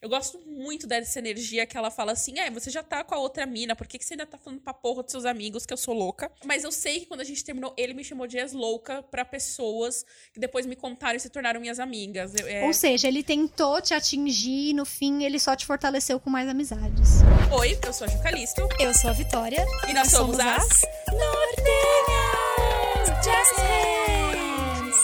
Eu gosto muito dessa energia que ela fala assim, você já tá com a outra mina, por que você ainda tá falando pra porra dos seus amigos que eu sou louca? Mas eu sei que quando a gente terminou, ele me chamou de ex-louca pra pessoas que depois me contaram e se tornaram minhas amigas. Ou seja, ele tentou te atingir e no fim ele só te fortaleceu com mais amizades. Oi, eu sou a Ju Calisto. Eu sou a Vitória. E nós somos as Nortenhas Jazz Hands.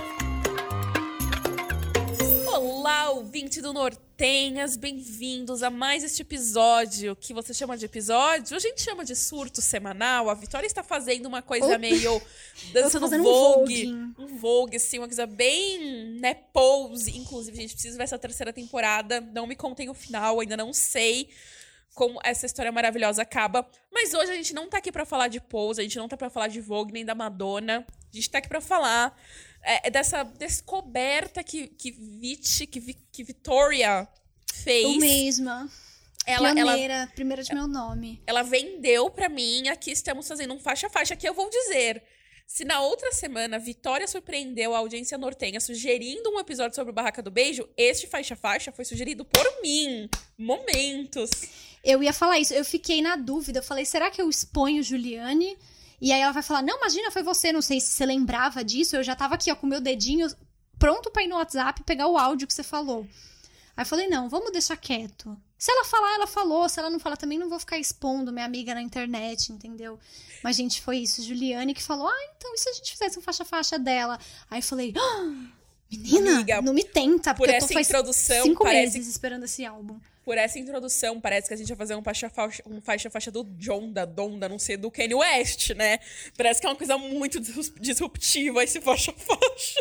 Olá, ouvinte do Nortenhas, bem-vindos a mais este episódio, que você chama de episódio, a gente chama de surto semanal. A Vitória está fazendo uma coisa meio dançando Vogue, um Vogue, assim, uma coisa bem, né, pose. Inclusive, a gente precisa ver essa terceira temporada, não me contem o final, ainda não sei como essa história maravilhosa acaba. Mas hoje a gente não tá aqui pra falar de pose, a gente não tá pra falar de Vogue, nem da Madonna. A gente tá aqui pra falar dessa descoberta que Victoria fez. Eu mesma. Pioneira, primeira de meu nome. Ela vendeu pra mim, aqui estamos fazendo um faixa-faixa, que eu vou dizer. Se na outra semana Vitória surpreendeu a audiência nortenha sugerindo um episódio sobre o Barraca do Beijo, este faixa-faixa foi sugerido por mim. Momentos. Eu ia falar isso, eu fiquei na dúvida, eu falei, será que eu exponho Juliane? E aí ela vai falar, não, imagina, foi você, não sei se você lembrava disso, eu já tava aqui, ó, com o meu dedinho pronto pra ir no WhatsApp pegar o áudio que você falou. Aí eu falei, não, vamos deixar quieto. Se ela falar, ela falou, se ela não falar também, não vou ficar expondo minha amiga na internet, entendeu? Mas, gente, foi isso, Juliane que falou, então, e se a gente fizesse um faixa-faixa dela? Aí eu falei, menina, amiga, não me tenta, porque eu tô faz introdução, 5 meses esperando esse álbum. Por essa introdução, parece que a gente vai fazer um faixa-faixa do John, da Donda, não sei, do Kanye West, né? Parece que é uma coisa muito disruptiva esse faixa-faixa.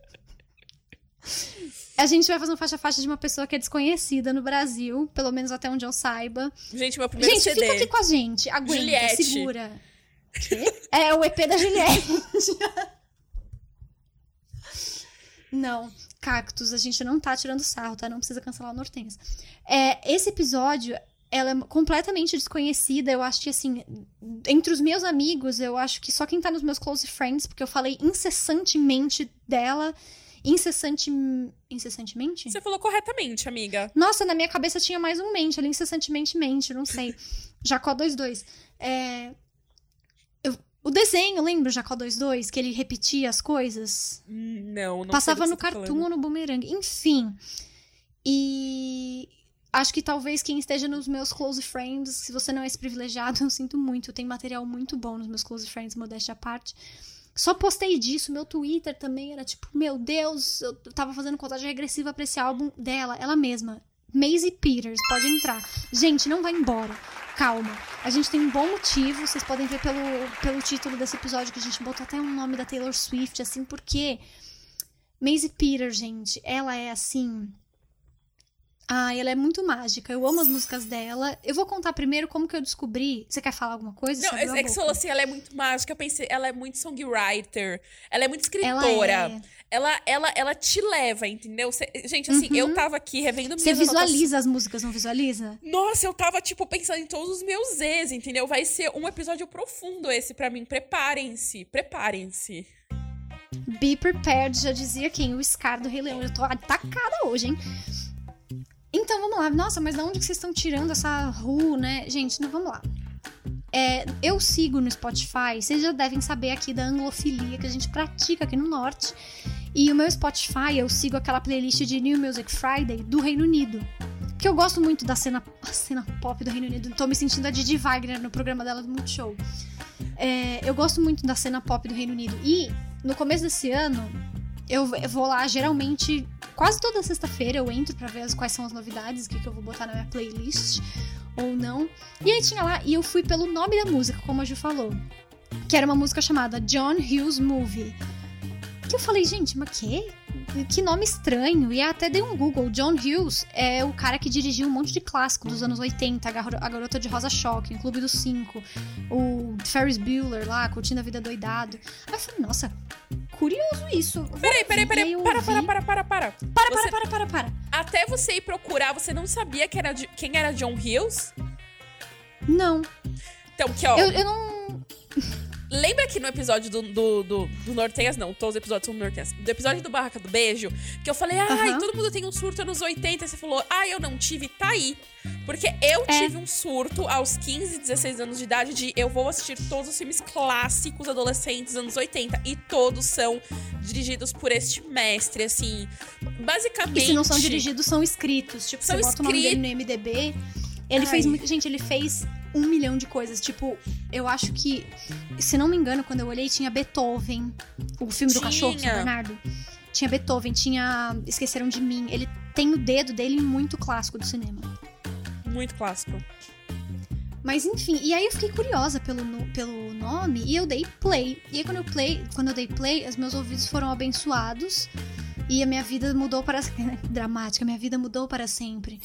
A gente vai fazer um faixa-faixa de uma pessoa que é desconhecida no Brasil, pelo menos até onde eu saiba. Gente, meu primeiro CD. Gente, fica aqui com a gente, aguenta, Juliette. segura. Quê? É o EP da Juliette. Não, Cactus, a gente não tá tirando sarro, tá? Não precisa cancelar o Nortenhas. Esse episódio, ela é completamente desconhecida. Eu acho que, assim, entre os meus amigos, eu acho que só quem tá nos meus close friends, porque eu falei incessantemente dela. Incessantemente? Você falou corretamente, amiga. Nossa, na minha cabeça tinha mais um mente, ali incessantemente mente, não sei. Jacó 22. O desenho, lembra o Jacó 22? Que ele repetia as coisas? Não Passava sei no Cartoon ou no Boomerang. Enfim. E acho que talvez quem esteja nos meus close friends, se você não é esse privilegiado, eu sinto muito. Tem material muito bom nos meus close friends, modéstia à parte. Só postei disso, meu Twitter também era tipo, meu Deus, eu tava fazendo contagem regressiva pra esse álbum dela, ela mesma. Maisie Peters, pode entrar. Gente, não vai embora. Calma. A gente tem um bom motivo, vocês podem ver pelo título desse episódio que a gente botou até o nome da Taylor Swift, assim, porque Maisie Peters, gente, ela é assim... ela é muito mágica. Eu amo as músicas dela. Eu vou contar primeiro como que eu descobri. Você quer falar alguma coisa? Não, é que você falou assim, ela é muito mágica. Eu pensei, ela é muito songwriter. Ela é muito escritora. Ela te leva, entendeu? Gente, assim, eu tava aqui revendo minhas Você visualiza as músicas, não visualiza? Nossa, eu tava, tipo, pensando em todos os meus ex, entendeu? Vai ser um episódio profundo esse pra mim. Preparem-se. Be prepared, já dizia quem? O Scar do Rei Leão. Eu tô atacada hoje, hein? Então, vamos lá. Nossa, mas de onde que vocês estão tirando essa né? Gente, não, vamos lá. Eu sigo no Spotify, vocês já devem saber aqui da anglofilia que a gente pratica aqui no Norte. E o meu Spotify, eu sigo aquela playlist de New Music Friday do Reino Unido. Porque eu gosto muito da cena pop do Reino Unido. Tô me sentindo a Didi Wagner no programa dela do Multishow. Eu gosto muito da cena pop do Reino Unido. E no começo desse ano, eu vou lá, geralmente, quase toda sexta-feira eu entro pra ver quais são as novidades, o que eu vou botar na minha playlist, ou não. E aí tinha lá, e eu fui pelo nome da música, como a Ju falou, que era uma música chamada John Hughes Movie. Que eu falei, gente, mas que nome estranho. E até dei um Google. John Hughes é o cara que dirigiu um monte de clássico dos anos 80. A Garota de Rosa Choque, Clube dos 5, o Ferris Bueller lá, Curtindo a Vida Doidado. Aí eu falei, nossa, curioso isso. Peraí. Para. Até você ir procurar, você não sabia quem era John Hughes? Não. Então, que ó... Eu não... Lembra que no episódio do Nortenhas, não, todos os episódios são do Nortenhas, do episódio do Barraca do Beijo, que eu falei, todo mundo tem um surto nos 80, e você falou, eu não tive, tá aí. Porque eu tive um surto aos 15, 16 anos de idade de eu vou assistir todos os filmes clássicos adolescentes anos 80, e todos são dirigidos por este mestre, assim, basicamente... E se não são dirigidos, são escritos. Tipo, você bota o nome dele no IMDb, ele fez muito... Gente, ele fez 1 milhão de coisas. Tipo, eu acho que, se não me engano, quando eu olhei, tinha Beethoven, o filme do cachorro, São Bernardo. Tinha Beethoven, tinha Esqueceram de Mim. Ele tem o dedo dele em muito clássico do cinema. Muito clássico. Mas enfim, e aí eu fiquei curiosa pelo nome e eu dei play. E aí quando eu dei play, os meus ouvidos foram abençoados e a minha vida mudou para... Dramática, minha vida mudou para sempre.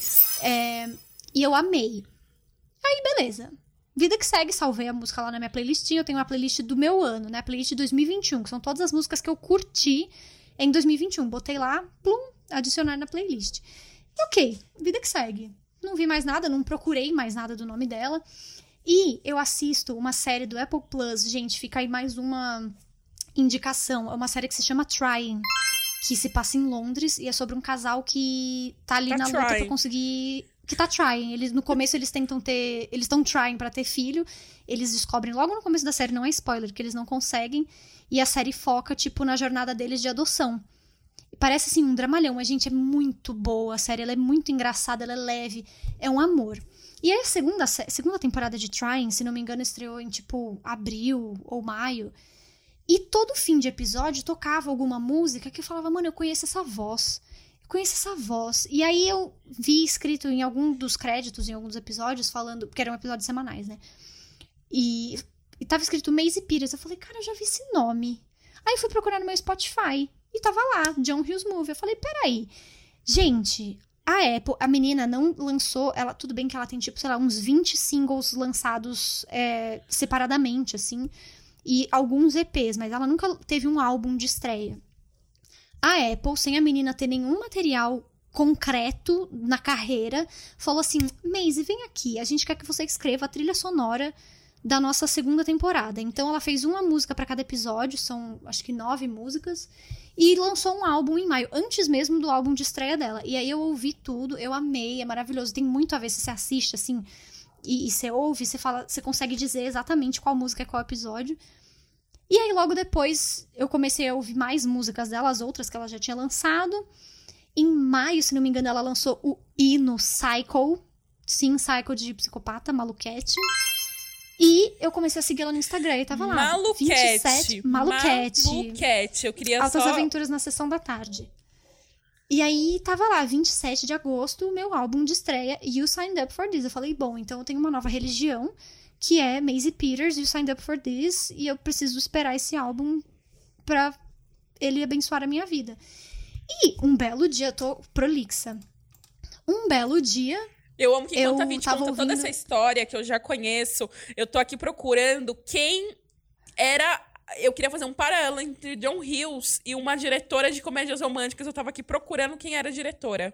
E eu amei. Aí, beleza. Vida que segue, salvei a música lá na minha playlistinha. Eu tenho uma playlist do meu ano, né? Playlist de 2021, que são todas as músicas que eu curti em 2021. Botei lá, plum, adicionar na playlist. E ok, vida que segue. Não vi mais nada, não procurei mais nada do nome dela. E eu assisto uma série do Apple Plus. Gente, fica aí mais uma indicação. É uma série que se chama Trying, que se passa em Londres e é sobre um casal que tá ali na luta pra conseguir... Que tá trying. No começo eles estão trying pra ter filho. Eles descobrem logo no começo da série, não é spoiler, que eles não conseguem. E a série foca, tipo, na jornada deles de adoção. Parece, assim, um dramalhão, mas, gente, é muito boa a série. Ela é muito engraçada, ela é leve. É um amor. E aí a segunda temporada de Trying, se não me engano, estreou em, tipo, abril ou maio. E todo fim de episódio tocava alguma música que eu falava, mano, eu conheço essa voz. E aí eu vi escrito em algum dos créditos, em alguns episódios, falando... Porque eram episódios semanais, né? E tava escrito Maisie Peters. Eu falei, cara, eu já vi esse nome. Aí eu fui procurar no meu Spotify. E tava lá, John Hughes Movie. Eu falei, peraí. Gente, a menina não lançou... Tudo bem que ela tem, tipo, sei lá, uns 20 singles lançados separadamente, assim. E alguns EPs, mas ela nunca teve um álbum de estreia. A Apple, sem a menina ter nenhum material concreto na carreira, falou assim, Maisie, vem aqui, a gente quer que você escreva a trilha sonora da nossa segunda temporada. Então ela fez uma música para cada episódio, são acho que 9 músicas, e lançou um álbum em maio, antes mesmo do álbum de estreia dela. E aí eu ouvi tudo, eu amei, é maravilhoso, tem muito a ver, se você assiste assim, e você ouve, você consegue dizer exatamente qual música é qual episódio. E aí, logo depois, eu comecei a ouvir mais músicas dela, as outras que ela já tinha lançado. Em maio, se não me engano, ela lançou o hino Psycho. Sim, Psycho de psicopata, Maluquete. E eu comecei a seguir ela no Instagram e tava lá. Maluquete. Maluquete. Eu queria Altas Aventuras na Sessão da Tarde. E aí, tava lá, 27 de agosto, o meu álbum de estreia, You Signed Up For This. Eu falei, bom, então eu tenho uma nova religião, que é Maisie Peters, You Signed Up For This, e eu preciso esperar esse álbum pra ele abençoar a minha vida. E um belo dia, eu tô prolixa. Um belo dia... Eu amo que enquanto a Vinte conta toda essa história que eu já conheço, eu tô aqui procurando quem era... Eu queria fazer um paralelo entre John Hughes e uma diretora de comédias românticas. Eu tava aqui procurando quem era a diretora.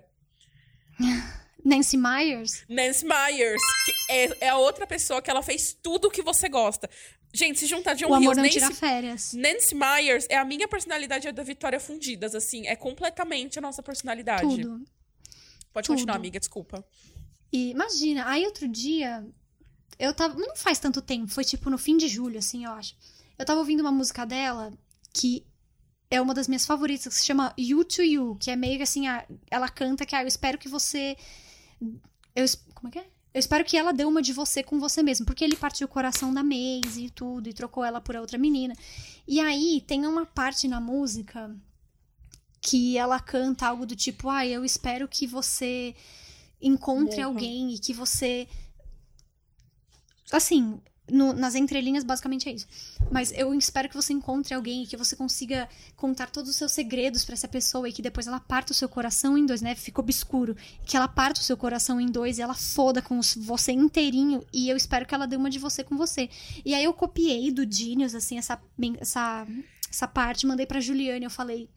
Nancy Meyers? Nancy Meyers, que é a outra pessoa que ela fez tudo que você gosta. Gente, se juntar John Hughes... O Amor Não Tira Férias. Nancy Meyers é a minha personalidade e a da Vitória fundidas, assim. É completamente a nossa personalidade. Tudo. Pode continuar, amiga, desculpa. E imagina, aí outro dia... Eu tava... Não faz tanto tempo, foi tipo no fim de julho, assim, eu acho. Eu tava ouvindo uma música dela que... É uma das minhas favoritas, que se chama You to You, que é meio que assim, ela canta que eu espero que você... Como é que é? Eu espero que ela dê uma de você com você mesmo, porque ele partiu o coração da Maisie e tudo, e trocou ela por outra menina. E aí, tem uma parte na música que ela canta algo do tipo, eu espero que você encontre alguém e que você... Assim... nas entrelinhas, basicamente é isso. Mas eu espero que você encontre alguém e que você consiga contar todos os seus segredos pra essa pessoa e que depois ela parta o seu coração em dois, né? Fica obscuro. Que ela parta o seu coração em dois e ela foda com você inteirinho e eu espero que ela dê uma de você com você. E aí eu copiei do Genius, assim, essa parte, mandei pra Juliane, eu falei,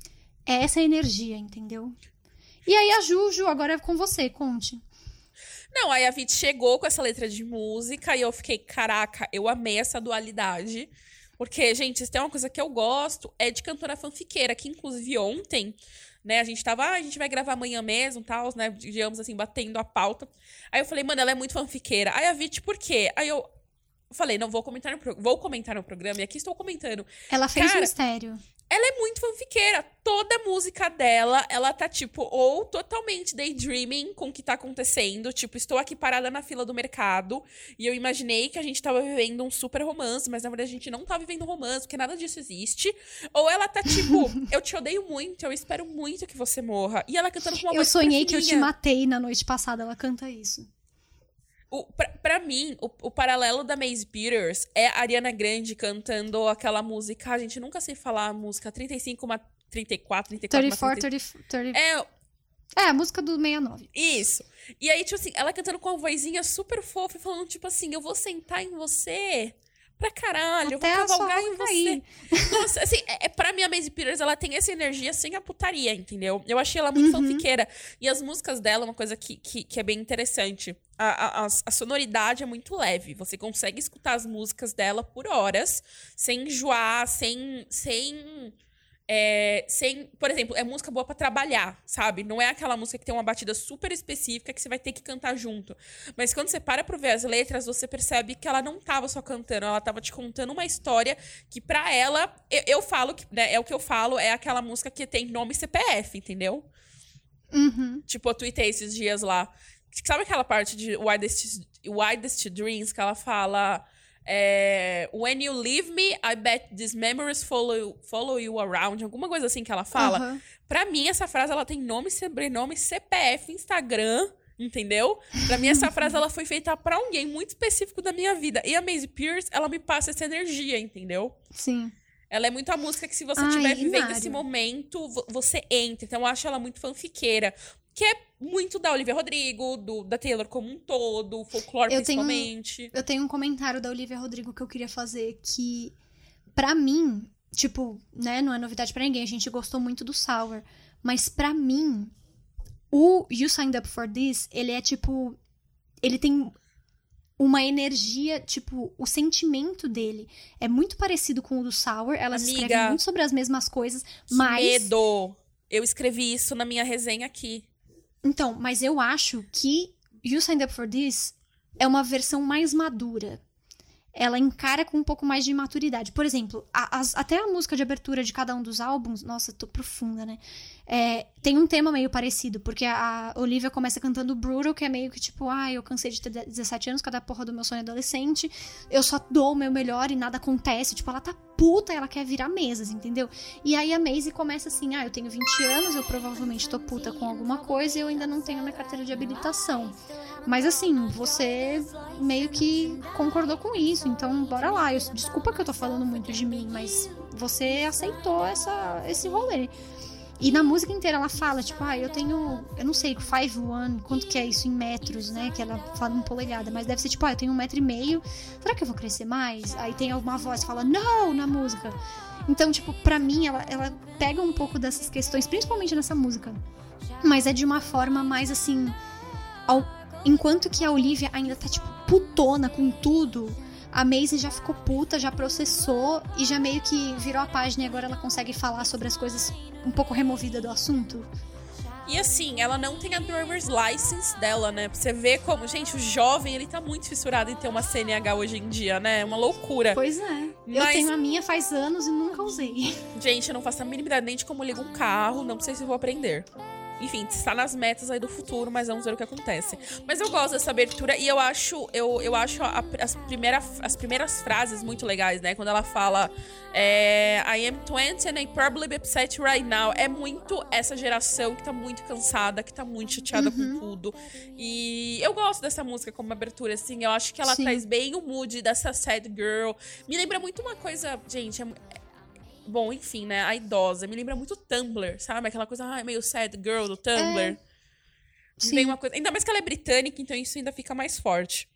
essa é a energia, entendeu? E aí a Juju, agora é com você, conte. Não, aí a Vit chegou com essa letra de música e eu fiquei, caraca, eu amei essa dualidade. Porque, gente, se tem uma coisa que eu gosto, é de cantora fanfiqueira, que inclusive ontem, né, a gente a gente vai gravar amanhã mesmo, tal, né, digamos assim, batendo a pauta. Aí eu falei, mano, ela é muito fanfiqueira. Aí a Vit, por quê? Aí eu falei, não, vou comentar no programa, e aqui estou comentando. Ela fez Cara, mistério. ela é muito fanfiqueira. Toda música dela, ela tá, tipo, ou totalmente daydreaming com o que tá acontecendo. Tipo, estou aqui parada na fila do mercado e eu imaginei que a gente tava vivendo um super romance, mas na verdade a gente não tá vivendo um romance, porque nada disso existe. Ou ela tá, tipo, eu te odeio muito, eu espero muito que você morra. E ela cantando com uma voz Eu sonhei super que eu te fininha. matei na noite passada, ela canta isso. Pra mim, o paralelo da Maisie Peters é a Ariana Grande cantando aquela música. A gente nunca sei falar a música 35, 34, 34, 30. É, a música do 69. Isso. E aí, tipo assim, ela cantando com uma vozinha super fofa e falando, tipo assim, eu vou sentar em você pra caralho, Até eu vou a sua cavalgar alma em você. cair. Nossa, assim, pra mim a Maisie Peters, ela tem essa energia sem a putaria, entendeu? Eu achei ela muito fanfiqueira. E as músicas dela, uma coisa que é bem interessante. A sonoridade é muito leve. Você consegue escutar as músicas dela por horas, sem enjoar, sem, por exemplo, é música boa pra trabalhar, sabe? Não é aquela música que tem uma batida super específica que você vai ter que cantar junto. Mas quando você para pra ver as letras, você percebe que ela não tava só cantando, ela tava te contando uma história que pra ela, eu falo, que, né, é o que eu falo, é aquela música que tem nome e CPF, entendeu? Tipo, eu tuitei esses dias lá. Sabe aquela parte de Widest Dreams que ela fala... when you leave me, I bet these memories follow you around. Alguma coisa assim que ela fala. Pra mim, essa frase, ela tem nome, sobrenome, CPF, Instagram, entendeu? Pra mim, essa frase, ela foi feita pra alguém muito específico da minha vida. E a Maisie Peters, ela me passa essa energia, entendeu? Sim. Ela é muito a música que se você estiver vivendo esse momento, você entra. Então, eu acho ela muito fanfiqueira. Que é muito da Olivia Rodrigo, da Taylor como um todo, folclore principalmente. Eu tenho um comentário da Olivia Rodrigo que eu queria fazer, que pra mim, tipo, né, não é novidade pra ninguém, a gente gostou muito do Sour, mas pra mim, o You Signed Up For This, ele é tipo, ele tem uma energia, tipo, o sentimento dele é muito parecido com o do Sour, elas escrevem muito sobre as mesmas coisas, mas... medo! Eu escrevi isso na minha resenha aqui. Então, mas eu acho que You Signed Up For This é uma versão mais madura. Ela encara com um pouco mais de maturidade. Por exemplo, até a música de abertura de cada um dos álbuns... Nossa, tô profunda, né? Tem um tema meio parecido, porque a Olivia começa cantando Brutal, que é meio que tipo... eu cansei de ter 17 anos, cada porra do meu sonho adolescente. Eu só dou o meu melhor e nada acontece. Tipo, ela tá puta, ela quer virar mesas, entendeu? E aí a Maisie começa assim... eu tenho 20 anos, eu provavelmente tô puta com alguma coisa e eu ainda não tenho minha carteira de habilitação. Mas assim, você meio que concordou com isso, então bora lá. Desculpa que eu tô falando muito de mim, mas você aceitou esse rolê. E na música inteira ela fala, tipo, eu não sei, 5'1", quanto que é isso em metros, né? Que ela fala em polegada, mas deve ser tipo, eu tenho 1,5 m, será que eu vou crescer mais? Aí tem alguma voz que fala, não, na música. Então, tipo, pra mim, ela pega um pouco dessas questões, principalmente nessa música. Mas é de uma forma mais assim... Enquanto que a Olivia ainda tá, tipo, putona com tudo, a Maisie já ficou puta, já processou e já meio que virou a página e agora ela consegue falar sobre as coisas um pouco removida do assunto. E assim, ela não tem a driver's license dela, né? Pra você ver como... Gente, o jovem, ele tá muito fissurado em ter uma CNH hoje em dia, né? É uma loucura. Pois é. Eu tenho a minha faz anos e nunca usei. Gente, eu não faço a mínima ideia nem de como liga um carro, não sei se vou aprender. Enfim, está nas metas aí do futuro, mas vamos ver o que acontece. Mas eu gosto dessa abertura e eu acho as primeiras frases muito legais, né? Quando ela fala I am 20 and I probably be upset right now. É muito essa geração que tá muito cansada, que tá muito chateada com tudo. E eu gosto dessa música como abertura, assim. Eu acho que ela traz bem o mood dessa sad girl. Me lembra muito uma coisa... Gente, bom, enfim, né? A idosa. Me lembra muito Tumblr, sabe? Aquela coisa meio sad girl do Tumblr. Sim. Tem uma coisa... Ainda mais que ela é britânica, então isso ainda fica mais forte.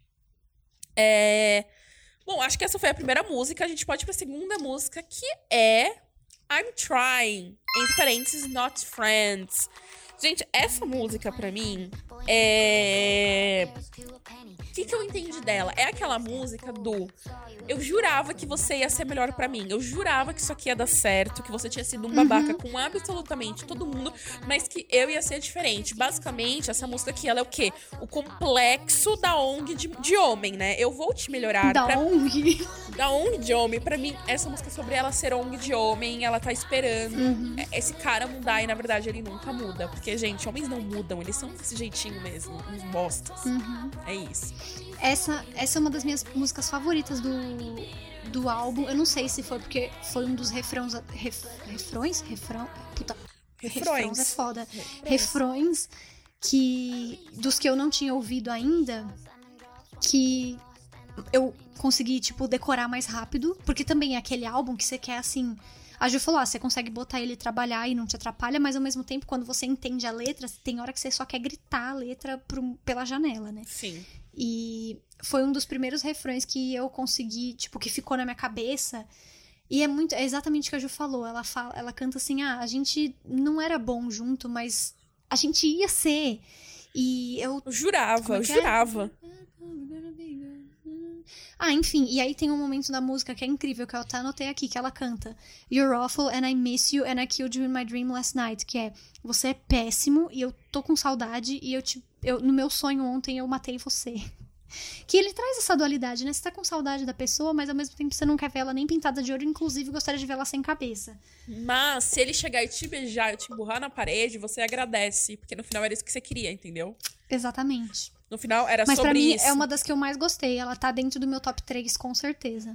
Bom, acho que essa foi a primeira música. A gente pode ir pra segunda música, que é I'm Trying. Entre parênteses, Not Friends. Gente, essa música pra mim é... O que eu entendi dela? É aquela música do... Eu jurava que você ia ser melhor pra mim. Eu jurava que isso aqui ia dar certo. Que você tinha sido um babaca com absolutamente todo mundo. Mas que eu ia ser diferente. Basicamente, essa música aqui, ela é o quê? O complexo da ONG de homem, né? Eu vou te melhorar. ONG? Da ONG de homem. Pra mim, essa música é sobre ela ser ONG de homem. Ela tá esperando esse cara mudar. E, na verdade, ele nunca muda. Porque, gente, homens não mudam. Eles são desse jeitinho mesmo. Uns bostas. É isso. Essa é uma das minhas músicas favoritas do álbum. Eu não sei se foi porque foi um dos refrões. Refrões? Puta. Refrões é foda. Refrões dos que eu não tinha ouvido ainda, que eu consegui, tipo, decorar mais rápido. Porque também é aquele álbum que você quer, assim... A Ju falou, você consegue botar ele trabalhar e não te atrapalha, mas ao mesmo tempo, quando você entende a letra, tem hora que você só quer gritar a letra pela janela, né? Sim. E foi um dos primeiros refrões que eu consegui, tipo, que ficou na minha cabeça. E é exatamente o que a Ju falou. Ela canta assim, a gente não era bom junto, mas a gente ia ser. E eu jurava. Enfim, e aí tem um momento da música que é incrível, que eu até anotei aqui, que ela canta You're awful and I miss you and I killed you in my dream last night, que é, você é péssimo e eu tô com saudade e no meu sonho ontem eu matei você. Que ele traz essa dualidade, né? Você tá com saudade da pessoa, mas ao mesmo tempo você não quer ver ela nem pintada de ouro, inclusive gostaria de ver ela sem cabeça. Mas se ele chegar e te beijar e te empurrar na parede, você agradece, porque no final era isso que você queria, entendeu? Exatamente. No final era mas sobre pra mim isso. É uma das que eu mais gostei, ela tá dentro do meu top 3 com certeza.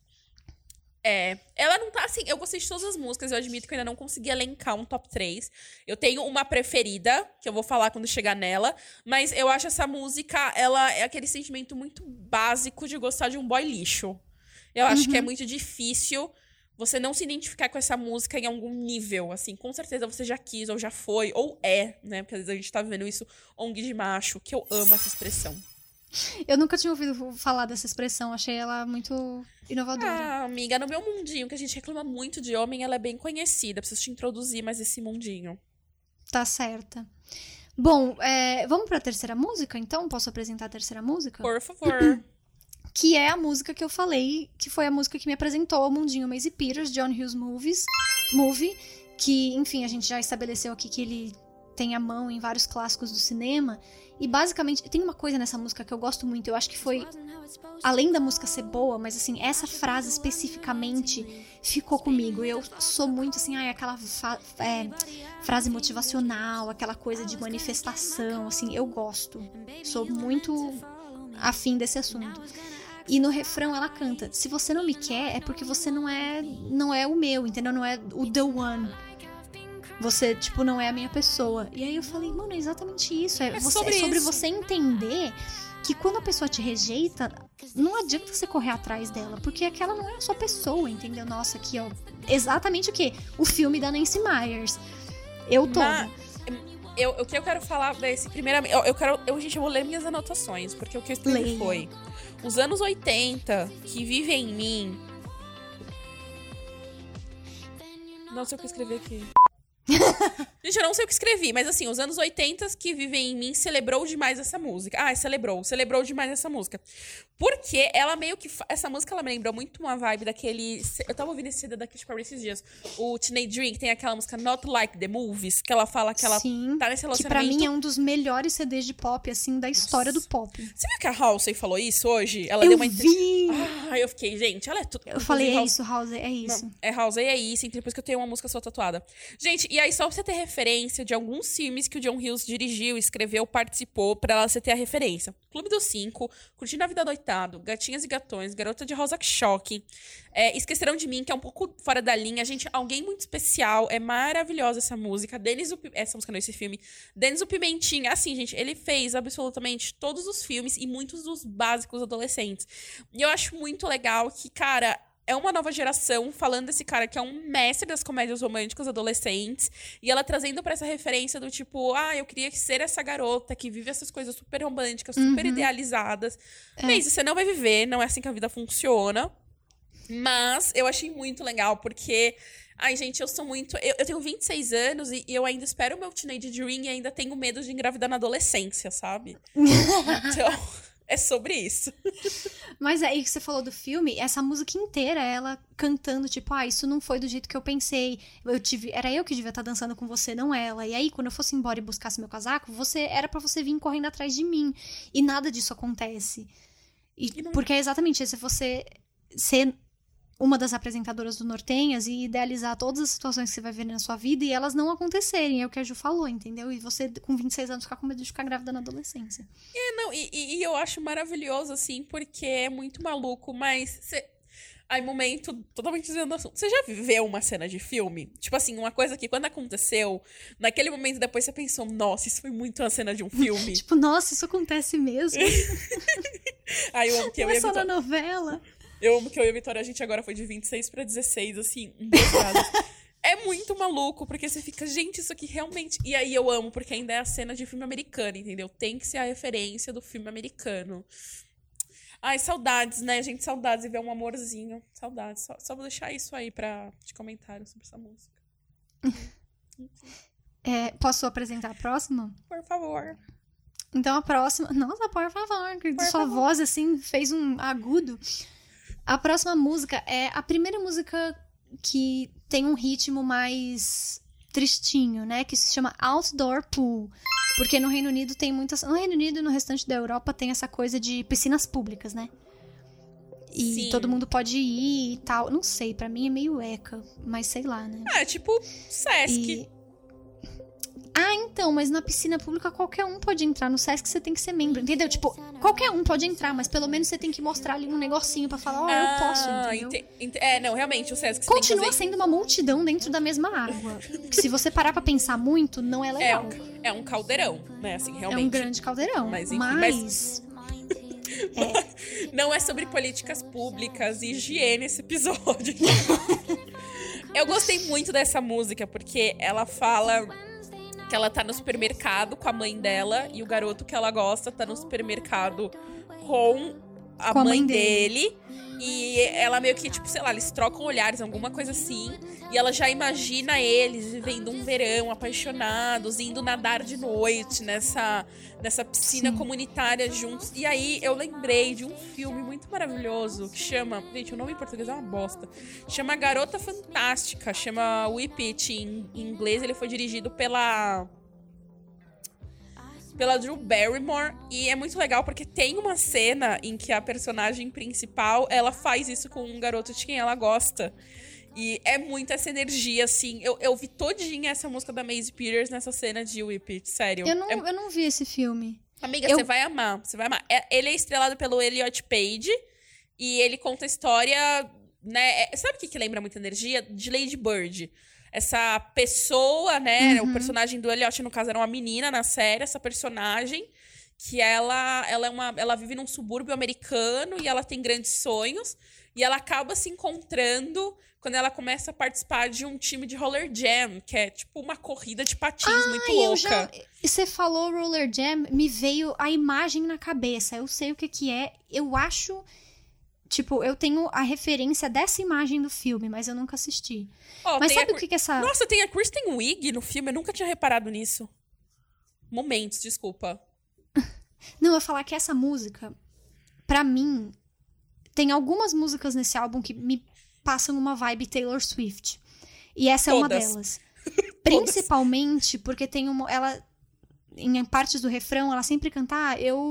Ela não tá assim... Eu gostei de todas as músicas, eu admito que eu ainda não consegui elencar um top 3. Eu tenho uma preferida, que eu vou falar quando chegar nela, mas eu acho essa música, ela é aquele sentimento muito básico de gostar de um boy lixo. Eu acho que é muito difícil você não se identificar com essa música em algum nível, assim. Com certeza você já quis, ou já foi, ou né? Porque às vezes a gente tá vivendo isso, ONG de macho, que eu amo essa expressão. Eu nunca tinha ouvido falar dessa expressão, achei ela muito inovadora. Ah, amiga, no meu mundinho, que a gente reclama muito de homem, ela é bem conhecida. Preciso te introduzir mais esse mundinho. Tá certa. Bom, vamos pra terceira música, então? Posso apresentar a terceira música? Por favor. Que é a música que eu falei, que foi a música que me apresentou ao mundinho Maisie Peters, John Hughes Movie, que, enfim, a gente já estabeleceu aqui que ele tem a mão em vários clássicos do cinema. E basicamente, tem uma coisa nessa música que eu gosto muito. Eu acho que foi, além da música ser boa, mas assim, essa frase especificamente ficou comigo. Eu sou muito assim, aquela frase motivacional, aquela coisa de manifestação, assim, eu gosto. Sou muito afim desse assunto. E no refrão ela canta, se você não me quer, é porque você não é o meu, entendeu? Não é o the one. Você, tipo, não é a minha pessoa. E aí eu falei, mano, é exatamente isso. É sobre você entender que quando a pessoa te rejeita, não adianta você correr atrás dela, porque aquela não é a sua pessoa, entendeu? Nossa, aqui, ó. Exatamente o quê? O filme da Nancy Meyers. O que eu quero falar desse primeiramente... Gente, eu vou ler minhas anotações, porque o que eu escrevi foi... Os anos 80 que vivem em mim... Não sei o que eu escrevi aqui. Gente, eu não sei o que escrevi, mas assim, os anos 80 que vivem em mim celebrou demais essa música. Celebrou demais essa música. Porque ela meio que... Essa música, ela me lembrou muito uma vibe daquele... Eu tava ouvindo esse CD da Katy Perry esses dias. O Teenage Dream, que tem aquela música Not Like the Movies, que ela fala que ela tá nesse relacionamento... Que pra mim é um dos melhores CDs de pop, assim, da história do pop. Você viu que a Halsey falou isso hoje? Ela eu deu uma vi! Eu fiquei, gente, ela é tudo... Eu falei, Halsey, é isso. Não, Halsey, é isso. Então, depois que eu tenho uma música sua tatuada. Gente, e aí só pra você ter referência de alguns filmes que o John Hughes dirigiu, escreveu, participou, pra você ter a referência. Clube dos Cinco, Curtindo a Vida Doitado, Gatinhas e Gatões, Garota de Rosa Choque, Esqueceram de Mim, que é um pouco fora da linha. Gente, Alguém Muito Especial, é maravilhosa essa música. Essa música não, esse filme. Denis o Pimentinha, assim, gente, ele fez absolutamente todos os filmes e muitos dos básicos adolescentes. E eu acho muito legal que, cara... É uma nova geração falando desse cara que é um mestre das comédias românticas adolescentes. E ela trazendo pra essa referência do tipo... eu queria ser essa garota que vive essas coisas super românticas, super idealizadas. Mas você não vai viver, não é assim que a vida funciona. Mas eu achei muito legal, porque... Ai, gente, eu sou muito... Eu tenho 26 anos e eu ainda espero o meu teenage dream e ainda tenho medo de engravidar na adolescência, sabe? Então, é sobre isso. Mas aí que você falou do filme, essa música inteira, ela cantando, tipo, isso não foi do jeito que eu pensei. Era eu que devia estar dançando com você, não ela. E aí, quando eu fosse embora e buscasse meu casaco, era pra você vir correndo atrás de mim. E nada disso acontece. Porque é exatamente isso, é você ser uma das apresentadoras do Nortenhas e idealizar todas as situações que você vai ver na sua vida e elas não acontecerem, é o que a Ju falou, entendeu? E você, com 26 anos, ficar com medo de ficar grávida na adolescência. E eu acho maravilhoso, assim, porque é muito maluco, mas... Aí, momento totalmente desviando do assunto. Você já viveu uma cena de filme? Tipo assim, uma coisa que quando aconteceu, naquele momento depois você pensou, nossa, isso foi muito uma cena de um filme. Tipo, nossa, isso acontece mesmo. Aí eu amo que eu ia na novela. Eu amo que eu e a Vitória, a gente agora foi de 26 pra 16, assim, em 2 graus. É muito maluco, porque você fica, gente, isso aqui realmente... E aí eu amo, porque ainda é a cena de filme americano, entendeu? Tem que ser a referência do filme americano. Ai, saudades, né, gente? Saudades de ver um amorzinho. Saudades. Só vou deixar isso aí de comentário sobre essa música. Posso apresentar a próxima? Por favor. Então a próxima... Nossa, por favor. Sua voz, assim, fez um agudo. A próxima música é a primeira música que tem um ritmo mais tristinho, né? Que se chama Outdoor Pool. Porque no Reino Unido tem muitas... No Reino Unido e no restante da Europa tem essa coisa de piscinas públicas, né? E Sim. Todo mundo pode ir e tal. Não sei, pra mim é meio eca, mas sei lá, né? É tipo Sesc. Então, mas na piscina pública qualquer um pode entrar. No Sesc você tem que ser membro, entendeu? Tipo, qualquer um pode entrar, mas pelo menos você tem que mostrar ali um negocinho pra falar, eu posso, entendeu? Não, realmente, o Sesc... Continua sendo uma multidão dentro da mesma água. Se você parar pra pensar muito, não é legal. É um caldeirão, né, assim, realmente. É um grande caldeirão, mas... Não é sobre políticas públicas e higiene esse episódio. Eu gostei muito dessa música, porque ela fala... que ela tá no supermercado com a mãe dela e o garoto que ela gosta tá no supermercado com a mãe dele. E ela meio que, tipo, sei lá, eles trocam olhares, alguma coisa assim. E ela já imagina eles vivendo um verão, apaixonados, indo nadar de noite nessa piscina comunitária juntos. E aí eu lembrei de um filme muito maravilhoso que chama... Gente, o nome em português é uma bosta. Chama Garota Fantástica, chama Whip It em inglês. Ele foi dirigido pela Drew Barrymore, e é muito legal porque tem uma cena em que a personagem principal, ela faz isso com um garoto de quem ela gosta. E é muito essa energia, assim. Eu vi todinha essa música da Maisie Peters nessa cena de Whip It, sério. Eu não vi esse filme. Amiga, você vai amar, você vai amar. Ele é estrelado pelo Elliot Page, e ele conta a história, né? Sabe o que lembra muita energia? De Lady Bird. Essa pessoa, né? O personagem do Elliot, no caso, era uma menina na série, essa personagem, que ela vive num subúrbio americano e ela tem grandes sonhos. E ela acaba se encontrando quando ela começa a participar de um time de roller jam, que é tipo uma corrida de patins muito louca. Você falou roller jam, me veio a imagem na cabeça. Eu sei o que é. Eu acho... Tipo, eu tenho a referência dessa imagem do filme, mas eu nunca assisti. Mas sabe o que é essa... Nossa, tem a Kristen Wiig no filme, eu nunca tinha reparado nisso. Momentos, desculpa. Não, eu ia falar que essa música, pra mim, tem algumas músicas nesse álbum que me passam uma vibe Taylor Swift. E essa é uma delas. Principalmente porque tem uma... Ela, em partes do refrão, ela sempre canta,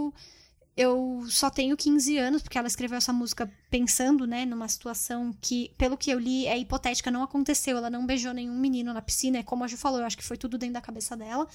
eu só tenho 15 anos, porque ela escreveu essa música pensando, né, numa situação que, pelo que eu li, é hipotética, não aconteceu. Ela não beijou nenhum menino na piscina, como a Ju falou, eu acho que foi tudo dentro da cabeça dela.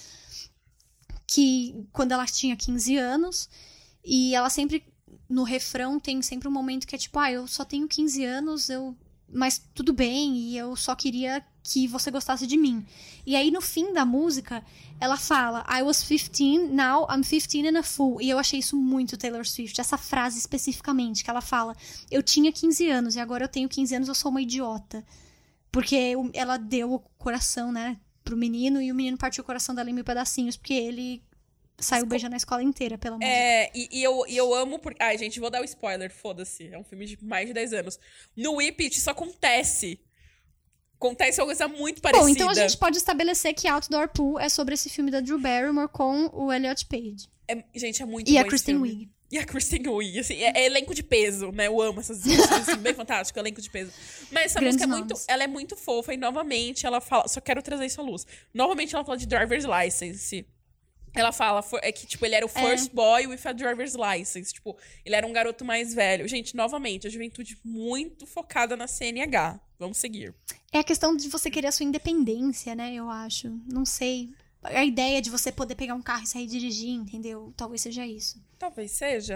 Que quando ela tinha 15 anos, e ela sempre, no refrão, tem sempre um momento que é tipo, eu só tenho 15 anos, mas tudo bem, e eu só queria que você gostasse de mim. E aí, no fim da música, ela fala, I was 15, now I'm 15 and a fool. E eu achei isso muito Taylor Swift, essa frase especificamente, que ela fala, eu tinha 15 anos, e agora eu tenho 15 anos, eu sou uma idiota. Porque ela deu o coração, né, pro menino, e o menino partiu o coração dela em 1000 pedacinhos, porque ele saiu beijando a escola inteira pela música. E eu amo... Ai, gente, vou dar o spoiler, foda-se. É um filme de mais de 10 anos. No Whip It, isso acontece. Acontece uma coisa muito parecida. Bom, então a gente pode estabelecer que Outdoor Pool é sobre esse filme da Drew Barrymore com o Elliot Page. Gente, é muito E bom a Kristen Wiig. E a Kristen Wiig, assim, é elenco de peso, né? Eu amo essas coisas, assim, bem fantástico, elenco de peso. Mas essa Grandes música nomes. ela é muito fofa e, novamente, ela fala... Só quero trazer isso à luz. Novamente, ela fala de driver's license. Ela fala que, tipo, ele era o first boy with a driver's license. Tipo, ele era um garoto mais velho. Gente, novamente, a juventude muito focada na CNH. Vamos seguir. É a questão de você querer a sua independência, né? Eu acho. Não sei. A ideia de você poder pegar um carro e sair dirigir, entendeu? Talvez seja isso. Talvez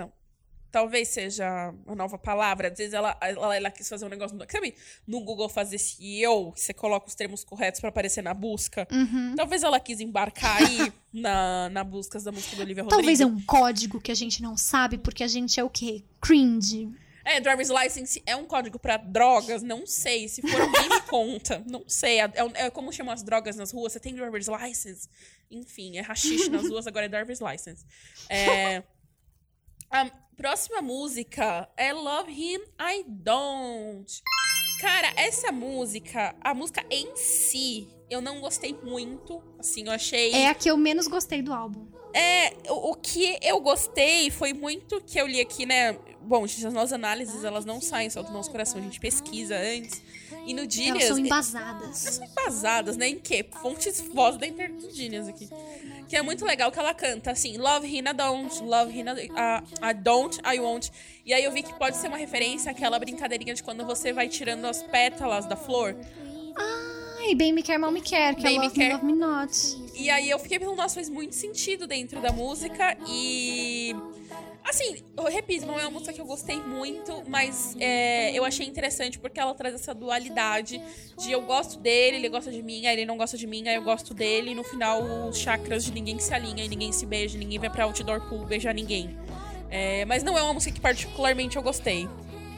seja a nova palavra. Às vezes ela quis fazer um negócio... Sabe, no Google fazer SEO, você coloca os termos corretos pra aparecer na busca. Talvez ela quis embarcar aí na busca da música do Olivia Rodrigo. Talvez é um código que a gente não sabe, porque a gente é o quê? Cringe. Driver's license é um código pra drogas? Não sei. Se for, alguém me conta. Não sei. É como chamam as drogas nas ruas? Você tem driver's license? Enfim, é haxixe nas ruas, agora é driver's license. A próxima música é Love Him, I Don't. Cara, essa música, a música em si, eu não gostei muito. Assim, eu achei... É a que eu menos gostei do álbum. O que eu gostei foi muito que eu li aqui, né? Bom, gente, as nossas análises, elas não saem só do nosso coração. A gente pesquisa antes. E no Genius... Elas são embasadas. Elas são embasadas, né? Em quê? Fontes voz da internet do Genius aqui. Que é muito legal que ela canta, assim... Love him, I don't. Love him, I don't, I won't. E aí eu vi que pode ser uma referência àquela brincadeirinha de quando você vai tirando as pétalas da flor. Ai, Bem Me Quer, Mal Me Quer. Que é Love Me, Love Me Not. E aí eu fiquei pensando, nossa, faz muito sentido dentro da música. E... Assim, eu repito, não é uma música que eu gostei muito, mas eu achei interessante porque ela traz essa dualidade de eu gosto dele, ele gosta de mim, aí ele não gosta de mim, aí eu gosto dele, e no final os chakras de ninguém se alinham, e ninguém se beija, ninguém vai pra outdoor pool beijar ninguém. Mas não é uma música que particularmente eu gostei.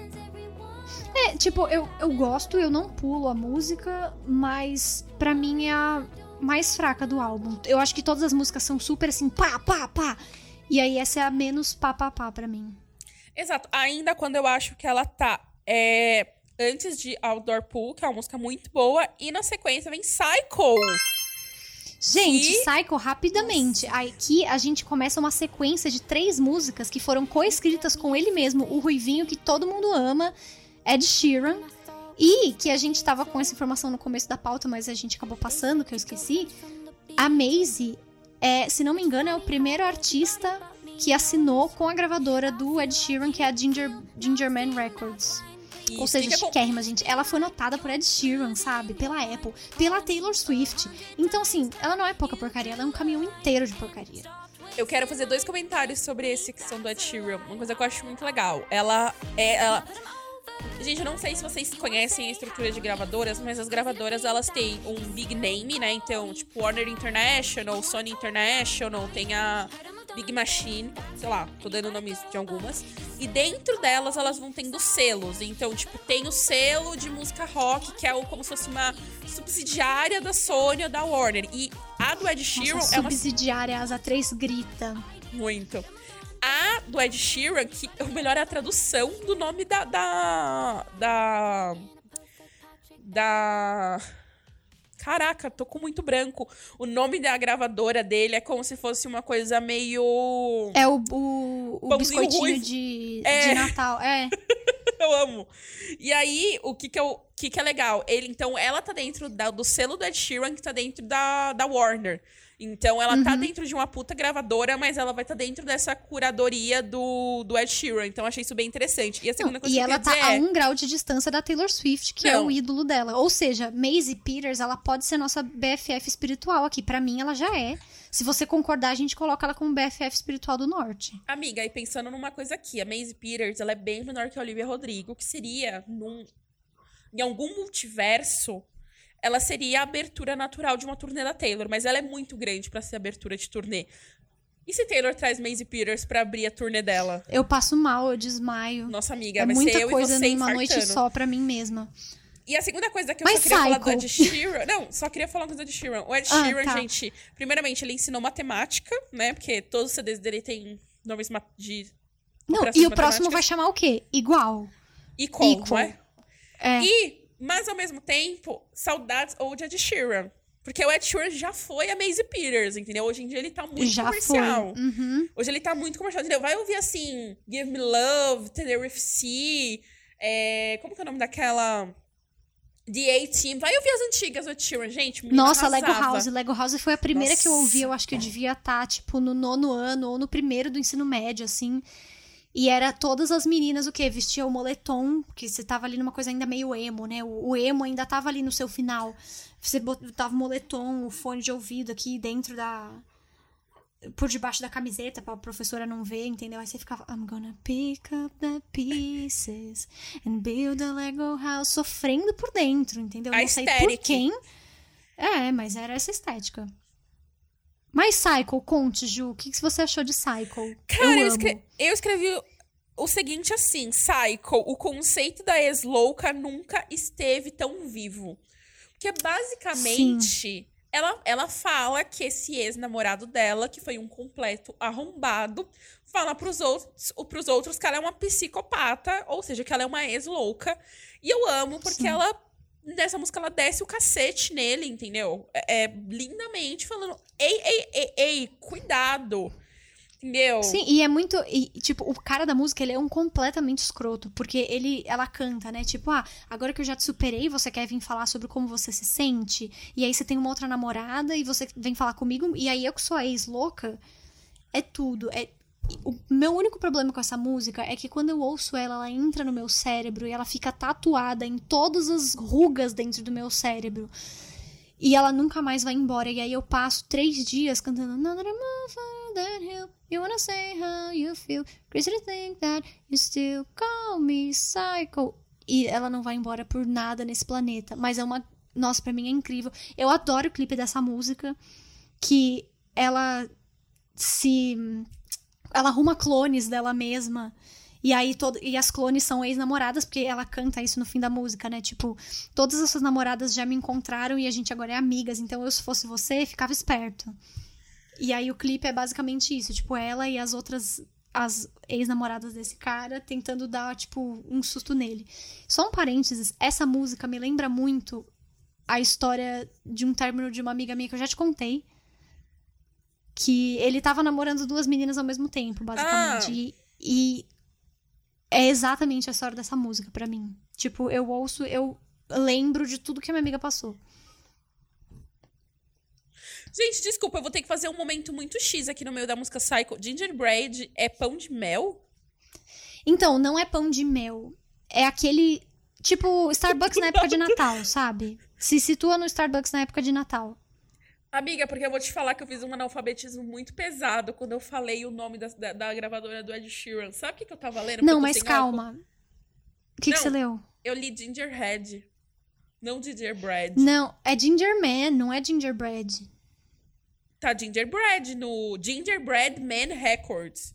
Tipo, eu gosto, eu não pulo a música, mas pra mim é a mais fraca do álbum. Eu acho que todas as músicas são super assim, pá, pá, pá. E aí essa é a menos pá, pá, pá pra mim. Exato. Ainda quando eu acho que ela tá antes de Outdoor Pool, que é uma música muito boa, e na sequência vem Psycho. Gente, Psycho, rapidamente. Aqui a gente começa uma sequência de 3 músicas que foram coescritas com ele mesmo, o ruivinho que todo mundo ama, Ed Sheeran. E que a gente tava com essa informação no começo da pauta, mas a gente acabou passando, que eu esqueci. A Maisie, se não me engano, é o primeiro artista que assinou com a gravadora do Ed Sheeran, que é a Ginger Man Records. Isso. Ou seja, chiquérrima, gente. Ela foi notada por Ed Sheeran, sabe? Pela Apple, pela Taylor Swift. Então, assim, ela não é pouca porcaria, ela é um caminhão inteiro de porcaria. Eu quero fazer 2 comentários sobre esse que são do Ed Sheeran. Uma coisa que eu acho muito legal. Gente, eu não sei se vocês conhecem a estrutura de gravadoras, mas as gravadoras, elas têm um big name, né? Então, tipo, Warner International, Sony International, tem a Big Machine, sei lá, tô dando nomes de algumas. E dentro delas, elas vão tendo selos. Então, tipo, tem o selo de música rock, que é como se fosse uma subsidiária da Sony ou da Warner. E a do Ed Sheeran é uma subsidiária, Asa 3 grita. Muito. A do Ed Sheeran, que o melhor é a tradução do nome da Caraca, tô com muito branco. O nome da gravadora dele é como se fosse uma coisa meio... É o biscoitinho de Natal, Eu amo. E aí, o que é legal? Então, ela tá dentro do selo do Ed Sheeran, que tá dentro da Warner. Então, ela tá dentro de uma puta gravadora, mas ela vai estar dentro dessa curadoria do Ed Sheeran. Então, eu achei isso bem interessante. E a segunda coisa que eu ela queria tá dizer a 1 grau de distância da Taylor Swift, que é o ídolo dela. Ou seja, Maisie Peters, ela pode ser nossa BFF espiritual aqui. Pra mim, ela já é. Se você concordar, a gente coloca ela como BFF espiritual do norte. Amiga, e pensando numa coisa aqui, a Maisie Peters, ela é bem menor que a Olivia Rodrigo, que seria, em algum multiverso, ela seria a abertura natural de uma turnê da Taylor, mas ela é muito grande pra ser abertura de turnê. E se Taylor traz Maisie Peters pra abrir a turnê dela? Eu passo mal, eu desmaio. Nossa, amiga, é vai muita ser eu coisa e você numa infartando. noite só pra mim mesma. E a segunda coisa que eu só queria falar do Ed Sheeran... Não, só queria falar uma coisa do Ed Sheeran. O Ed Sheeran, tá. gente... Primeiramente, ele ensinou matemática, né? Porque todos os CDs dele têm nomes de... Não, e o próximo vai chamar o quê? Igual. Equal, não é? É. E Mas, ao mesmo tempo, saudades Old Ed Sheeran. Porque o Ed Sheeran já foi a Maisie Peters, entendeu? Hoje em dia ele tá muito Já comercial. foi. Uhum. Hoje ele tá muito comercial, entendeu? Vai ouvir, assim, Give Me Love, Tenerife Sea, como que é o nome daquela... The A-Team. Vai ouvir as antigas do Ed Sheeran, gente. O menino Nossa, Lego arrasava. House. Lego House foi a primeira que eu Nossa. ouvi. Eu acho que eu devia estar, tipo, no 9º ano ou no 1º do ensino médio, assim. E era todas as meninas, o quê? Vestiam o moletom, que você tava ali numa coisa ainda meio emo, né? O emo ainda tava ali no seu final. Você botava o moletom, o fone de ouvido aqui dentro por debaixo da camiseta, pra professora não ver, entendeu? Aí você ficava, I'm gonna pick up the pieces and build a Lego house, sofrendo por dentro, entendeu? A Não sei por aesthetic. quem. Mas era essa estética. Mas Cycle, conte, Ju, o que você achou de Cycle? Cara, eu amo. eu escrevi o seguinte assim, Cycle, o conceito da ex-louca nunca esteve tão vivo. Porque basicamente, ela fala que esse ex-namorado dela, que foi um completo arrombado, fala pros outros que ela é uma psicopata, ou seja, que ela é uma ex-louca. E eu amo, porque nessa música, ela desce o cacete nele, entendeu? Lindamente falando, ei, cuidado. Entendeu? Sim, e é muito... E, tipo, o cara da música, ele é um completamente escroto. Porque ela canta, né? Tipo, agora que eu já te superei, você quer vir falar sobre como você se sente? E aí você tem uma outra namorada e você vem falar comigo. E aí eu que sou a ex-louca, é tudo. O meu único problema com essa música é que quando eu ouço ela entra no meu cérebro e ela fica tatuada em todas as rugas dentro do meu cérebro. E ela nunca mais vai embora. E aí eu passo 3 dias cantando Not that I'm over that hill. You wanna say how you feel. Crazy to think that you still call me psycho. E ela não vai embora por nada nesse planeta. Mas é uma... Nossa, pra mim é incrível. Eu adoro o clipe dessa música. Que ela arruma clones dela mesma. E aí e as clones são ex-namoradas, porque ela canta isso no fim da música, né? Tipo, todas essas namoradas já me encontraram e a gente agora é amigas. Então eu, se fosse você, ficava esperto. E aí o clipe é basicamente isso. Tipo, ela e as ex-namoradas desse cara tentando dar, tipo, um susto nele. Só um parênteses, essa música me lembra muito a história de um término de uma amiga minha que eu já te contei. Que ele tava namorando 2 meninas ao mesmo tempo, basicamente. E é exatamente a história dessa música pra mim. Tipo, eu ouço, eu lembro de tudo que a minha amiga passou. Gente, desculpa, eu vou ter que fazer um momento muito X aqui no meio da música Psycho. Gingerbread é pão de mel? Então, não é pão de mel. É aquele... Tipo, Starbucks na época de Natal, sabe? Se situa no Starbucks na época de Natal. Amiga, porque eu vou te falar que eu fiz um analfabetismo muito pesado quando eu falei o nome da gravadora do Ed Sheeran. Sabe o que eu tava lendo? Não, mas calma. O que você leu? Eu li Gingerhead, não Gingerbread. Não, é Gingerman, não é Gingerbread. Tá Gingerbread no Gingerbread Man Records.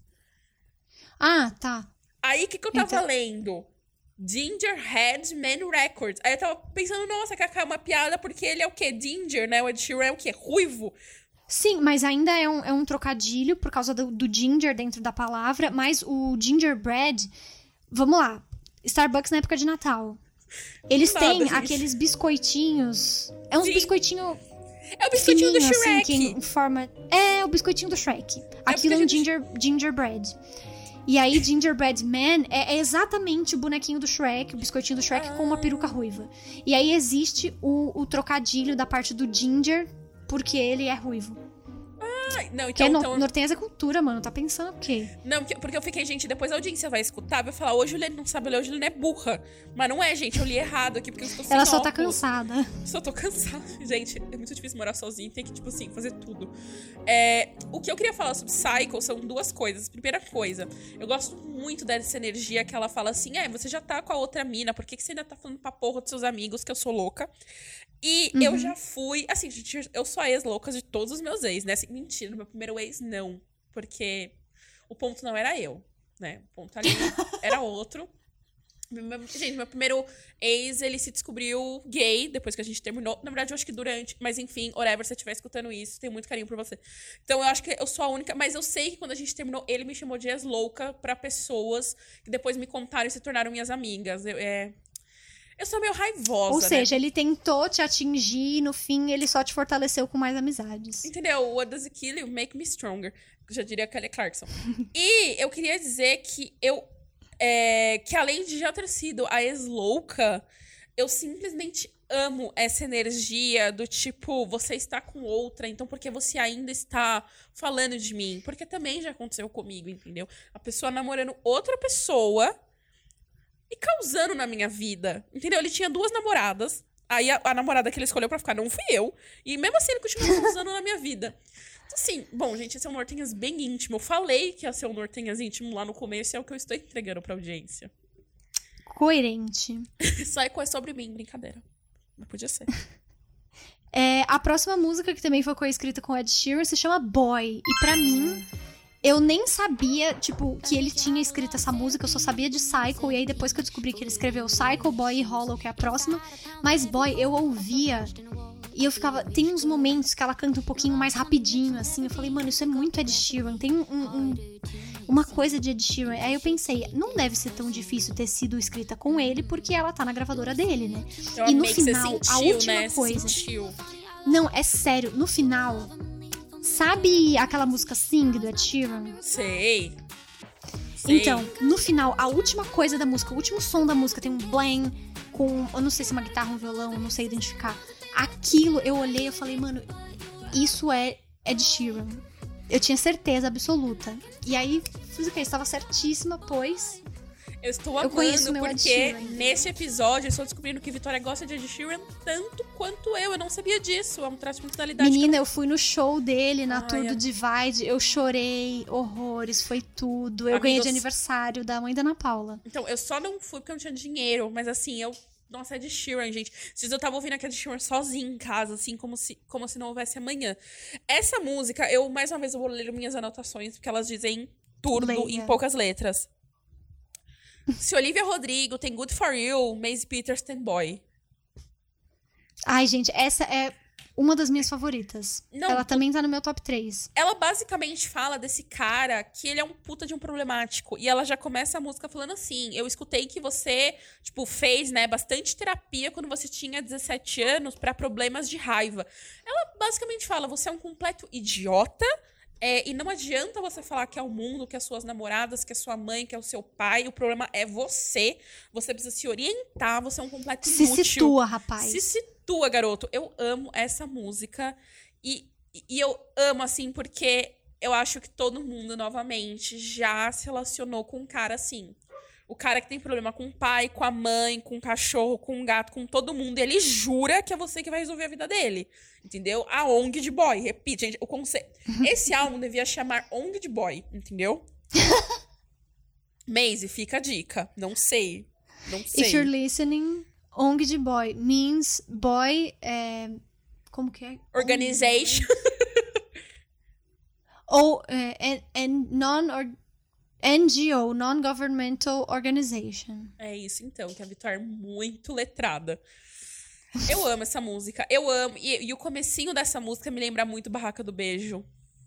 Ah, tá. Aí, o que eu tava lendo? Gingerhead Man Records. Aí eu tava pensando, nossa, Cacá, é uma piada porque ele é o quê? Ginger, né? O Ed Sheeran é o quê? Ruivo. Sim, mas ainda é um trocadilho por causa do ginger dentro da palavra. Mas o gingerbread... Vamos lá. Starbucks na época de Natal. Eles têm aqueles biscoitinhos... É uns biscoitinhos... É o biscoitinho do Shrek. Assim, que em forma... É o biscoitinho do Shrek. Aquilo é um gingerbread. E aí, Gingerbread Man é exatamente o bonequinho do Shrek, o biscoitinho do Shrek com uma peruca ruiva. E aí existe o trocadilho da parte do ginger, porque ele é ruivo. Não, então, nortenhas é cultura, mano. Tá pensando o quê? Não, porque eu fiquei, gente, depois a audiência vai escutar, vai falar, hoje o Juliane não sabe ler, hoje o Juliane é burra. Mas não é, gente, eu li errado aqui, porque eu estou sem Ela só óculos. tá cansada. Só tô cansada. Gente, é muito difícil morar sozinha, tem que, tipo assim, fazer tudo. O que eu queria falar sobre Cycle são 2 coisas. Primeira coisa, eu gosto muito dessa energia que ela fala assim, você já tá com a outra mina, por que você ainda tá falando pra porra dos seus amigos que eu sou louca? E eu já fui... Assim, gente, eu sou a ex-louca de todos os meus ex, né? Assim, mentira, meu primeiro ex, não. Porque o ponto não era eu, né? O ponto ali era outro. Gente, meu primeiro ex, ele se descobriu gay depois que a gente terminou. Na verdade, eu acho que durante... Mas enfim, whatever, se você estiver escutando isso, tenho muito carinho por você. Então, eu acho que eu sou a única... Mas eu sei que quando a gente terminou, ele me chamou de ex-louca pra pessoas que depois me contaram e se tornaram minhas amigas. Eu sou meio raivosa, Ou seja, né? ele tentou te atingir e no fim ele só te fortaleceu com mais amizades. Entendeu? What does it kill you? Make me stronger. Já diria Kelly Clarkson. E eu queria dizer que que além de já ter sido a ex-louca, eu simplesmente amo essa energia do tipo, você está com outra, então por que você ainda está falando de mim? Porque também já aconteceu comigo, entendeu? A pessoa namorando outra pessoa e causando na minha vida, entendeu? Ele tinha 2 namoradas, aí a namorada que ele escolheu pra ficar não fui eu, e mesmo assim ele continuou causando na minha vida. Então, assim, bom, gente, esse é um Nortenhas bem íntimo. Eu falei que ia ser um Nortenhas íntimo lá no começo, e é o que eu estou entregando pra audiência. Coerente. Só é sobre mim, brincadeira. Mas podia ser. A próxima música, que também foi coescrita com Ed Sheeran, se chama Boy. E pra mim, eu nem sabia, tipo, que ele tinha escrito essa música. Eu só sabia de Psycho. E aí, depois que eu descobri que ele escreveu Psycho, Boy e Hollow, que é a próxima. Mas Boy, eu ouvia e eu ficava... Tem uns momentos que ela canta um pouquinho mais rapidinho, assim. Eu falei, mano, isso é muito Ed Sheeran. Tem uma coisa de Ed Sheeran. Aí eu pensei, não deve ser tão difícil ter sido escrita com ele, porque ela tá na gravadora dele, né? Eu E no amei que você final, sentiu, a última né? coisa... Você sentiu. Não, é sério, no final... Sabe aquela música Sing, do Ed Sheeran? Sei. Então, no final, a última coisa da música, o último som da música tem um blang com... Eu não sei se é uma guitarra, um violão, eu não sei identificar. Aquilo, eu olhei e falei, mano, isso é Ed Sheeran. Eu tinha certeza absoluta. E aí, fiz o quê? Estava certíssima, pois... Eu estou Eu conheço amando, meu Ed porque Sheeran. nesse episódio eu estou descobrindo que Vitória gosta de Ed Sheeran tanto quanto eu. Eu não sabia disso. É um traço de personalidade. Menina, eu fui no show dele, na tour Ai, do Divide. Eu chorei, horrores, foi tudo. Eu ganhei de aniversário da mãe da Ana Paula. Então, eu só não fui porque eu não tinha dinheiro. Mas assim, Nossa, Ed Sheeran, gente. Esses dias eu tava ouvindo aquele Ed Sheeran sozinha em casa, assim, como se não houvesse amanhã. Essa música, mais uma vez, eu vou ler minhas anotações, porque elas dizem tudo Leia. em poucas letras. Se Olivia Rodrigo tem Good For You, Maisie Peters tem Boy. Ai, gente, essa é uma das minhas favoritas. Não, Ela também tá no meu top 3. Ela basicamente fala desse cara que ele é um puta de um problemático. E ela já começa a música falando assim: eu escutei que você, tipo, fez, né, bastante terapia quando você tinha 17 anos pra problemas de raiva. Ela basicamente fala: você é um completo idiota. E não adianta você falar que é o mundo, que é as suas namoradas, que é sua mãe, que é o seu pai. O problema é você. Você precisa se orientar. Você é um completo inútil. Se situa, rapaz. Se situa, garoto. Eu amo essa música. E eu amo, assim, porque eu acho que todo mundo, novamente, já se relacionou com um cara assim. O cara que tem problema com o pai, com a mãe, com o cachorro, com o gato, com todo mundo. E ele jura que é você que vai resolver a vida dele. Entendeu? A ONG de boy. Repite, gente. O conceito. Esse álbum devia chamar ONG de boy. Entendeu? Maisie, fica a dica. Não sei. If you're listening, ONG de boy means boy como que é? Organization. Ou NGO, Non-Governmental Organization. É isso, então, que a Vitória é muito letrada. Eu amo essa música. Eu amo. E o comecinho dessa música me lembra muito Barraca do Beijo.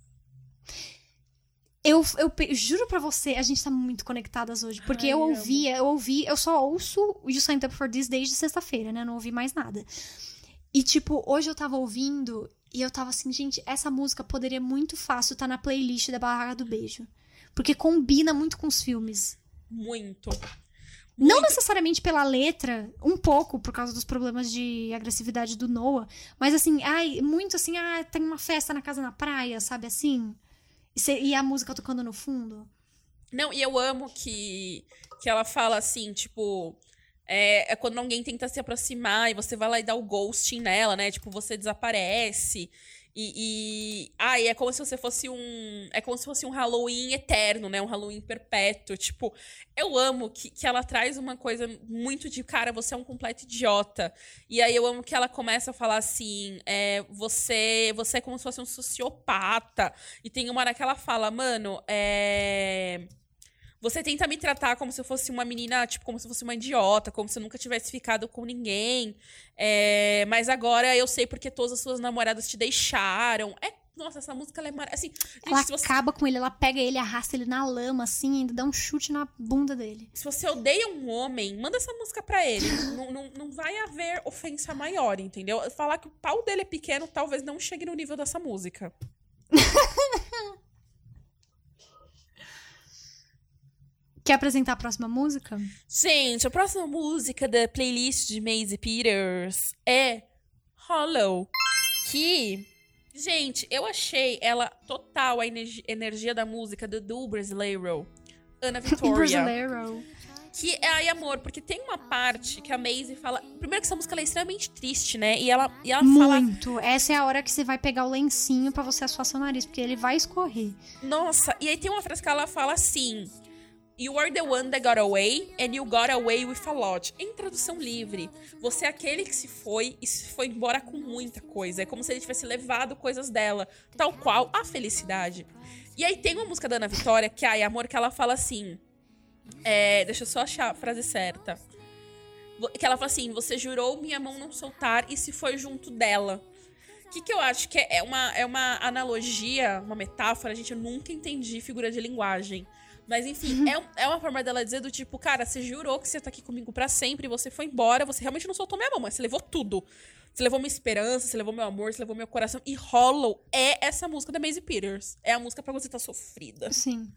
Eu juro pra você, a gente tá muito conectadas hoje. Porque eu só ouço o You Signed Up For This desde sexta-feira, né? Não ouvi mais nada. E, tipo, hoje eu tava ouvindo e eu tava assim, gente, essa música poderia muito fácil estar na playlist da Barraca do Beijo. Porque combina muito com os filmes. Muito. Não necessariamente pela letra, um pouco por causa dos problemas de agressividade do Noah, mas assim, muito assim, tem uma festa na casa na praia, sabe assim? E a música tocando no fundo. Não, e eu amo que ela fala assim, tipo... É quando alguém tenta se aproximar e você vai lá e dá o ghosting nela, né? Tipo, você desaparece. É como se você fosse É como se fosse um Halloween eterno, né? Um Halloween perpétuo. Tipo, eu amo que ela traz uma coisa muito de, cara, você é um completo idiota. E aí eu amo que ela começa a falar assim, você é como se fosse um sociopata. E tem uma hora que ela fala, mano, você tenta me tratar como se eu fosse uma menina, tipo, como se eu fosse uma idiota, como se eu nunca tivesse ficado com ninguém. Mas agora eu sei porque todas as suas namoradas te deixaram. É Nossa, essa música ela é assim, Ela gente, acaba com ele, ela pega ele, arrasta ele na lama, assim, e ainda dá um chute na bunda dele. se você odeia um homem, manda essa música pra ele. Não vai haver ofensa maior, entendeu? Falar que o pau dele é pequeno talvez não chegue no nível dessa música. Quer apresentar a próxima música? Gente, a próxima música da playlist de Maisie Peters é Hollow. Que, gente, eu achei ela total, a energia da música do brasileiro, Ana Vitória. Brasileiro. Que é aí, amor, porque tem uma parte que a Maisie fala... Primeiro que essa música ela é extremamente triste, né? E ela fala... Muito. Essa é a hora que você vai pegar o lencinho pra você assoar seu nariz, porque ele vai escorrer. Nossa, e aí tem uma frase que ela fala assim... You are the one that got away, and you got away with a lot. Em tradução livre, você é aquele que se foi e se foi embora com muita coisa. É como se ele tivesse levado coisas dela, tal qual a felicidade. E aí tem uma música da Ana Vitória, que é Amor, que ela fala assim... deixa eu só achar a frase certa. Que ela fala assim, você jurou minha mão não soltar e se foi junto dela. O que eu acho que é uma analogia, uma metáfora, gente, eu nunca entendi figura de linguagem. Mas, enfim, é uma forma dela dizer do tipo, cara, você jurou que você tá aqui comigo pra sempre, você foi embora, você realmente não soltou minha mão, mas você levou tudo. Você levou minha esperança, você levou meu amor, você levou meu coração. E Hollow é essa música da Maisie Peters. É a música pra você estar sofrida. Sim.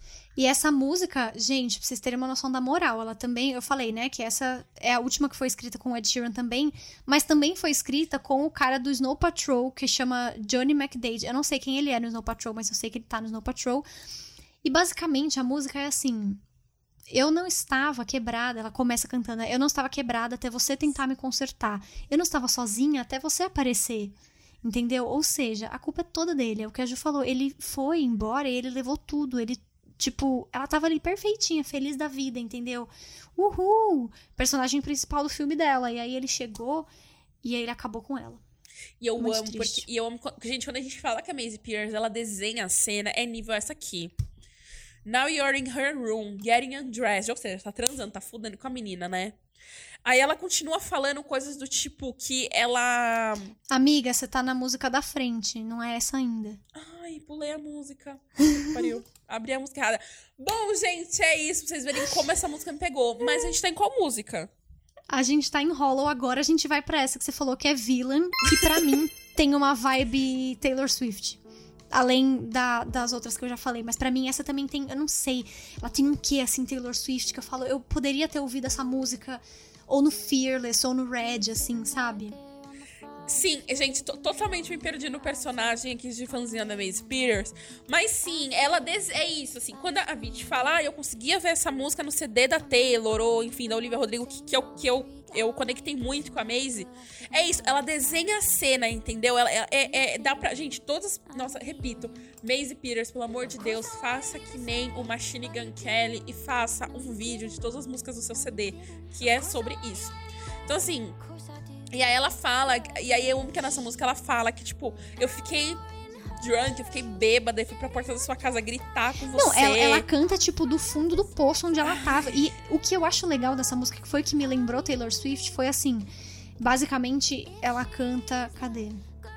E essa música, gente, pra vocês terem uma noção da moral, ela também, eu falei, né, que essa é a última que foi escrita com o Ed Sheeran também, mas também foi escrita com o cara do Snow Patrol, que chama Johnny McDade. Eu não sei quem ele é no Snow Patrol, mas eu sei que ele tá no Snow Patrol. E basicamente a música é assim: eu não estava quebrada, ela começa cantando, eu não estava quebrada até você tentar me consertar. Eu não estava sozinha até você aparecer. Entendeu? Ou seja, a culpa é toda dele. É o que a Ju falou. Ele foi embora e ele levou tudo. Ele, tipo, ela tava ali perfeitinha, feliz da vida, entendeu? Uhul! Personagem principal do filme dela. E aí ele chegou e aí ele acabou com ela. E eu Muito amo, triste. porque. E eu amo. Gente, quando a gente fala que a Maisie Peters ela desenha a cena, é nível essa aqui. Now you're in her room, getting undressed. Ou seja, tá transando, tá fudendo com a menina, né? Aí ela continua falando coisas do tipo que ela... Amiga, você tá na música da frente, não é essa ainda. Ai, pulei a música. Pariu. Abri a música errada. Bom, gente, é isso. Pra vocês verem como essa música me pegou. Mas a gente tá em qual música? A gente tá em Hollow, agora a gente vai pra essa que você falou que é Villain, que pra mim tem uma vibe Taylor Swift. Além das outras que eu já falei. Mas pra mim essa também tem, eu não sei, ela tem um quê, assim, Taylor Swift, que eu falo, eu poderia ter ouvido essa música ou no Fearless, ou no Red, assim, sabe? Sim, gente, totalmente me perdi no personagem aqui de fãzinha da Maisie Peters. Mas sim, ela é isso, assim. Quando a Vit fala, eu conseguia ver essa música no CD da Taylor, ou enfim, da Olivia Rodrigo, que eu conectei muito com a Maisie. É isso, ela desenha a cena, entendeu? Ela dá pra... Gente, todas... Nossa, repito. Maisie Peters, pelo amor de Deus, faça que nem o Machine Gun Kelly e faça um vídeo de todas as músicas do seu CD, que é sobre isso. Então, assim... E aí ela fala... E aí eu amo que nessa música ela fala que, tipo... Eu fiquei drunk, eu fiquei bêbada e fui pra porta da sua casa gritar com você. Não, ela canta, tipo, do fundo do poço onde ela tava. E o que eu acho legal dessa música, que foi que me lembrou Taylor Swift, foi assim... Basicamente, ela canta... Cadê?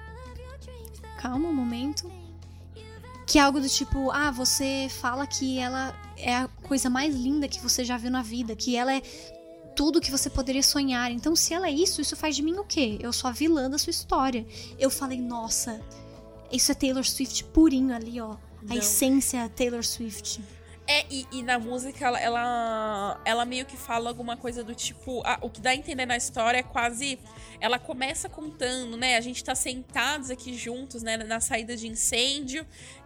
Calma um momento. Que é algo do tipo... Ah, você fala que ela é a coisa mais linda que você já viu na vida. Que ela é tudo que você poderia sonhar. Então, se ela é isso faz de mim o quê? Eu sou a vilã da sua história. Eu falei, nossa... Isso é Taylor Swift purinho ali, ó. A essência Taylor Swift. E na música, ela meio que fala alguma coisa do tipo... o que dá a entender na história é quase... Ela começa contando, né? A gente tá sentados aqui juntos, né? Na saída de incêndio.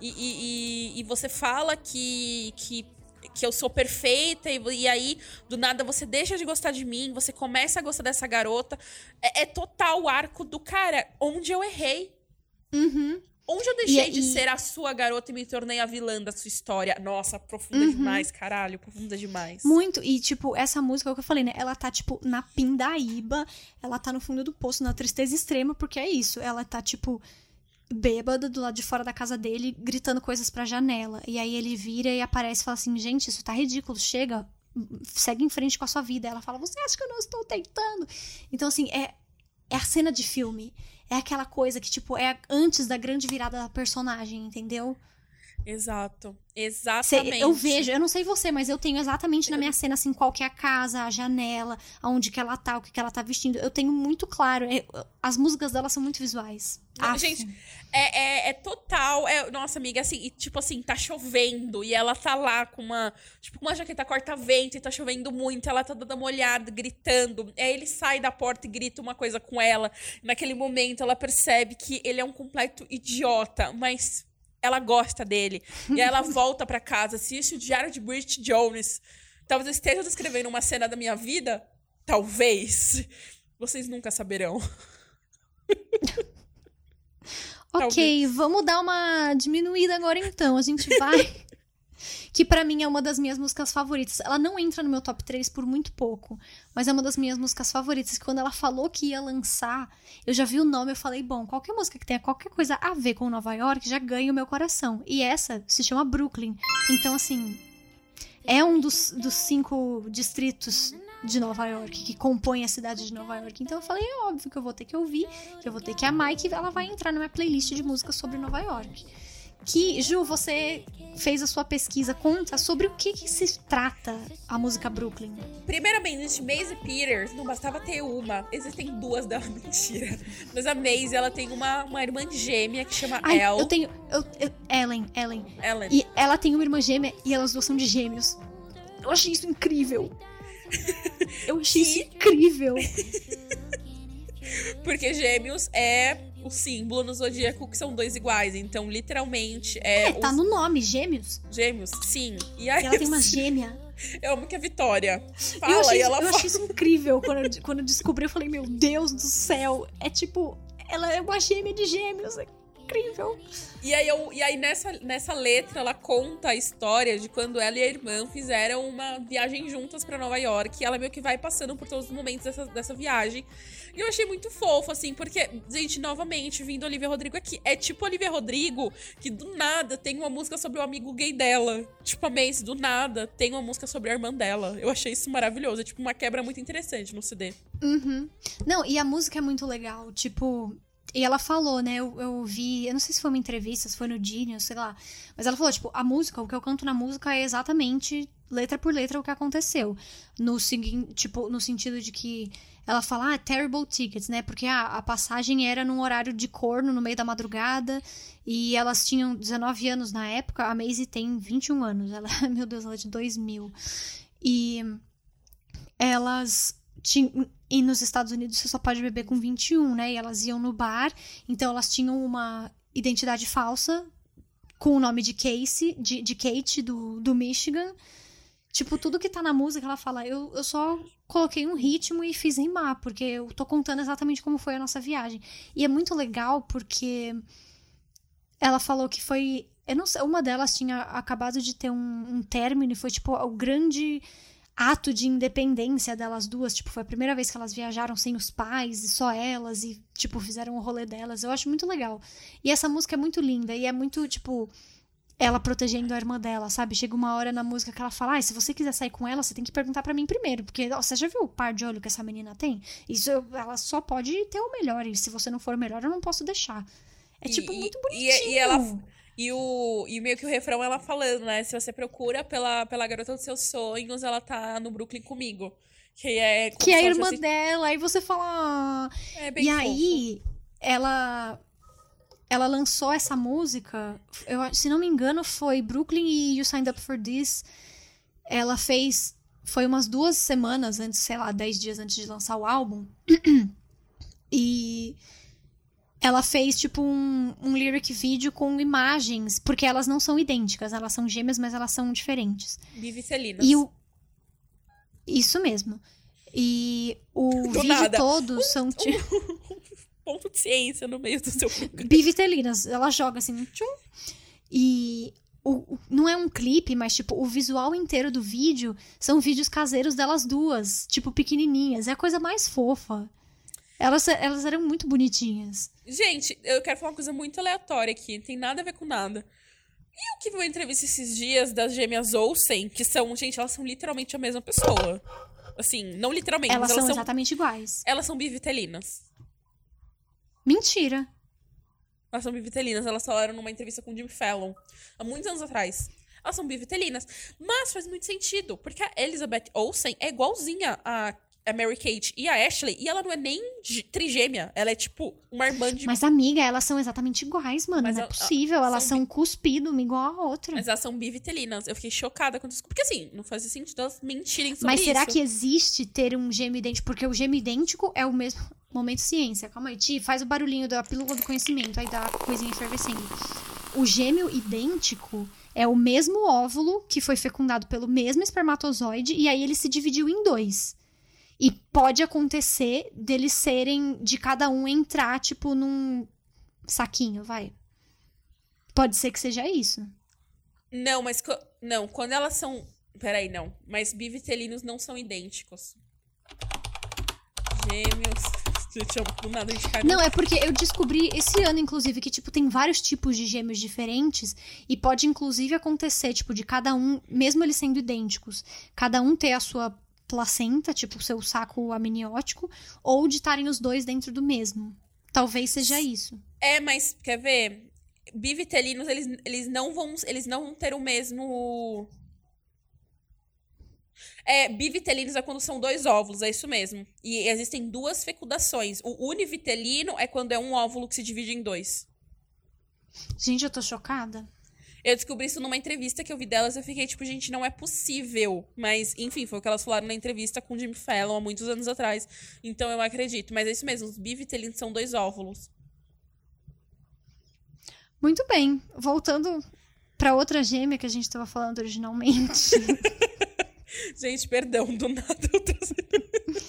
E você fala que eu sou perfeita. E aí, do nada, você deixa de gostar de mim. Você começa a gostar dessa garota. É total o arco do cara. Onde eu errei. Uhum. Onde eu deixei de ser a sua garota e me tornei a vilã da sua história? Nossa, profunda demais, caralho. Profunda demais. Muito. E, tipo, essa música, é o que eu falei, né? Ela tá, tipo, na pindaíba. Ela tá no fundo do poço, na tristeza extrema. Porque é isso. Ela tá, tipo, bêbada do lado de fora da casa dele, gritando coisas pra janela. E aí ele vira e aparece e fala assim, gente, isso tá ridículo. Chega, segue em frente com a sua vida. Ela fala, você acha que eu não estou tentando? Então, assim, é a cena de filme. É aquela coisa que, tipo, é antes da grande virada da personagem, entendeu? Exato. Exatamente. Eu vejo, eu não sei você, mas eu tenho exatamente na minha cena, assim, qual que é a casa, a janela, aonde que ela tá, o que que ela tá vestindo. Eu tenho muito claro. As músicas dela são muito visuais. Não, gente, é total. Nossa, amiga, assim, e, tipo assim, tá chovendo e ela tá lá com uma jaqueta corta-vento e tá chovendo muito. Ela tá dando uma olhada, gritando. Aí ele sai da porta e grita uma coisa com ela. Naquele momento, ela percebe que ele é um completo idiota, mas ela gosta dele. E aí ela volta pra casa, assiste o Diário de Bridget Jones. Talvez eu esteja descrevendo uma cena da minha vida. Talvez. Vocês nunca saberão. Ok, vamos dar uma diminuída agora então. A gente vai... Que pra mim é uma das minhas músicas favoritas. Ela não entra no meu top 3 por muito pouco, mas é uma das minhas músicas favoritas. Quando ela falou que ia lançar, eu já vi o nome, eu falei, bom, qualquer música que tenha qualquer coisa a ver com Nova York já ganha o meu coração. E essa se chama Brooklyn. Então, assim, é um dos 5 distritos de Nova York, que compõem a cidade de Nova York. Então eu falei, é óbvio que eu vou ter que ouvir, que eu vou ter que amar e que ela vai entrar na minha playlist de músicas sobre Nova York. Que, Ju, você fez a sua pesquisa, conta sobre o que se trata a música Brooklyn. Primeiramente, Maisie Peters, não bastava ter uma. Existem 2 dela, mentira. Mas a Maisie, ela tem uma irmã gêmea que chama Elle. Eu tenho... Ellen. E ela tem uma irmã gêmea e elas 2 são de gêmeos. Eu achei isso incrível. Porque gêmeos é o símbolo no zodíaco que são 2 iguais. Então, literalmente, tá no nome, gêmeos. Gêmeos, sim. E aí, ela tem uma gêmea. Eu amo que a Vitória fala eu achei isso incrível. Quando eu descobri, eu falei, meu Deus do céu. É tipo, ela é uma gêmea de gêmeos. É incrível. E aí nessa letra, ela conta a história de quando ela e a irmã fizeram uma viagem juntas pra Nova York. E ela meio que vai passando por todos os momentos dessa viagem. E eu achei muito fofo, assim, porque, gente, novamente, vindo Olivia Rodrigo aqui, é tipo Olivia Rodrigo, que do nada tem uma música sobre o amigo gay dela. Tipo, a Mace, do nada, tem uma música sobre a irmã dela. Eu achei isso maravilhoso, é tipo uma quebra muito interessante no CD. Uhum. Não, e a música é muito legal, tipo... E ela falou, né, eu vi, eu não sei se foi uma entrevista, se foi no Genius, sei lá. Mas ela falou, tipo, a música, o que eu canto na música é exatamente, letra por letra, o que aconteceu. No sentido de que ela fala, terrible tickets, né? Porque a passagem era num horário de corno, no meio da madrugada. E elas tinham 19 anos na época. A Maisie tem 21 anos. Ela, meu Deus, ela é de 2000. E elas... E nos Estados Unidos você só pode beber com 21, né? E elas iam no bar, então elas tinham uma identidade falsa com o nome de Casey, de Kate, do Michigan. Tipo, tudo que tá na música, ela fala, eu só coloquei um ritmo e fiz rimar, porque eu tô contando exatamente como foi a nossa viagem. E é muito legal porque ela falou que foi... Eu não sei, uma delas tinha acabado de ter um término e foi, tipo, o grande... ato de independência delas 2, tipo, foi a primeira vez que elas viajaram sem os pais, e só elas, e, tipo, fizeram o rolê delas. Eu acho muito legal. E essa música é muito linda, e é muito, tipo, ela protegendo a irmã dela, sabe? Chega uma hora na música que ela fala, se você quiser sair com ela, você tem que perguntar pra mim primeiro, porque, você já viu o par de olho que essa menina tem? Ela só pode ter o melhor, e se você não for o melhor, eu não posso deixar. É, tipo, muito bonitinho. E meio que o refrão ela falando, né? Se você procura pela garota dos seus sonhos, ela tá no Brooklyn comigo. Que é a irmã dela. Aí você fala... É bem fofo. Aí, ela lançou essa música... se não me engano, foi Brooklyn e You Signed Up For This. Ela fez... Foi umas 2 semanas antes, sei lá, 10 dias antes de lançar o álbum. E... ela fez, tipo, um lyric video com imagens, porque elas não são idênticas, elas são gêmeas, mas elas são diferentes. Bivitelinas. Isso mesmo. E o do vídeo nada. todo são... ponto de ciência no meio do seu... Bivitelinas, ela joga assim... Tchum, e... não é um clipe, mas, tipo, o visual inteiro do vídeo são vídeos caseiros delas 2, tipo, pequenininhas. É a coisa mais fofa. Elas eram muito bonitinhas. Gente, eu quero falar uma coisa muito aleatória aqui. Não tem nada a ver com nada. E o que viu a entrevista esses dias das gêmeas Olsen, que são... Gente, elas são literalmente a mesma pessoa. Assim, não literalmente, elas mas são exatamente iguais. Elas são bivitelinas. Mentira. Elas são bivitelinas. Elas falaram numa entrevista com o Jimmy Fallon, há muitos anos atrás. Elas são bivitelinas. Mas faz muito sentido, porque a Elizabeth Olsen é igualzinha a Mary-Kate e a Ashley, e ela não é nem trigêmea. Ela é, tipo, uma irmã de... Mas, amiga, elas são exatamente iguais, mano. Mas não é possível. Elas são cuspido uma igual a outra. Mas elas são bivitelinas. Eu fiquei chocada quando descobri. Porque, assim, não fazia sentido elas mentirem sobre isso. Mas será que existe ter um gêmeo idêntico? Porque o gêmeo idêntico é o mesmo... Momento ciência. Calma aí, Ti. Faz o barulhinho da pílula do conhecimento. Aí dá a coisinha efervescendo. O gêmeo idêntico é o mesmo óvulo que foi fecundado pelo mesmo espermatozoide. E aí ele se dividiu em 2. E pode acontecer deles serem, de cada um entrar, tipo, num saquinho, vai. Pode ser que seja isso. Não, mas... Não, quando elas são... Peraí, não. Mas bivitelinos não são idênticos. Gêmeos... Gente, do nada a gente cai. Não, é porque eu descobri esse ano, inclusive, que, tipo, tem vários tipos de gêmeos diferentes. E pode, inclusive, acontecer, tipo, de cada um, mesmo eles sendo idênticos, cada um ter a sua... placenta, tipo o seu saco amniótico, ou de estarem os dois dentro do mesmo. Talvez seja isso. É, mas quer ver? Bivitelinos, eles não vão ter o mesmo... Bivitelinos é quando são 2 óvulos, é isso mesmo. E existem 2 fecundações. O univitelino é quando é um óvulo que se divide em 2. Gente, eu tô chocada. Eu descobri isso numa entrevista que eu vi delas e eu fiquei tipo, gente, não é possível. Mas, enfim, foi o que elas falaram na entrevista com o Jimmy Fallon há muitos anos atrás. Então eu acredito. Mas é isso mesmo, os bivitelinos são 2 óvulos. Muito bem. Voltando pra outra gêmea que a gente tava falando originalmente. Gente, perdão, do nada eu trazendo...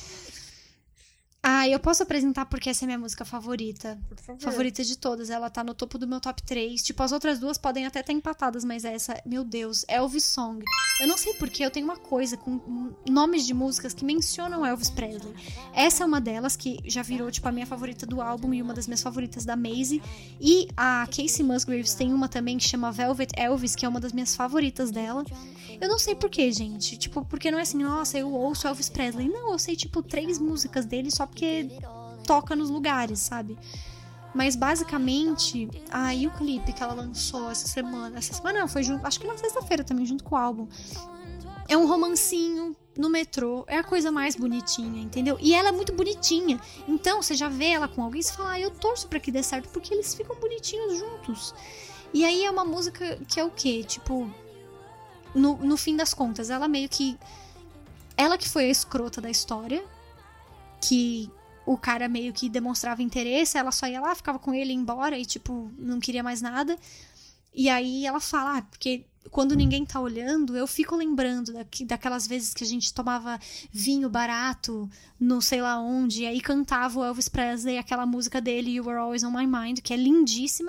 Ah, eu posso apresentar porque essa é minha música favorita. Por favor. Favorita de todas. Ela tá no topo do meu top 3. Tipo, as outras 2 podem até estar empatadas, mas essa, meu Deus, Elvis Song. Eu não sei porquê, eu tenho uma coisa com nomes de músicas que mencionam Elvis Presley. Essa é uma delas, que já virou, tipo, a minha favorita do álbum e uma das minhas favoritas da Maisie. E a Casey Musgraves tem uma também que chama Velvet Elvis, que é uma das minhas favoritas dela. Eu não sei porquê, gente. Tipo, porque não é assim, nossa, eu ouço Elvis Presley. Não, eu sei, tipo, 3 músicas dele só porque toca nos lugares, sabe? Mas, basicamente, e o clipe que ela lançou essa semana... Essa semana não, foi junto... Acho que na sexta-feira também, junto com o álbum. É um romancinho no metrô. É a coisa mais bonitinha, entendeu? E ela é muito bonitinha. Então, você já vê ela com alguém e você fala, eu torço pra que dê certo, porque eles ficam bonitinhos juntos. E aí é uma música que é o quê? Tipo... No fim das contas, ela meio que... Ela que foi a escrota da história, que o cara meio que demonstrava interesse, ela só ia lá, ficava com ele, ia embora e, tipo, não queria mais nada. E aí ela fala, porque quando ninguém tá olhando, eu fico lembrando daquelas vezes que a gente tomava vinho barato no sei lá onde, e aí cantava o Elvis Presley, aquela música dele, You Were Always On My Mind, que é lindíssima.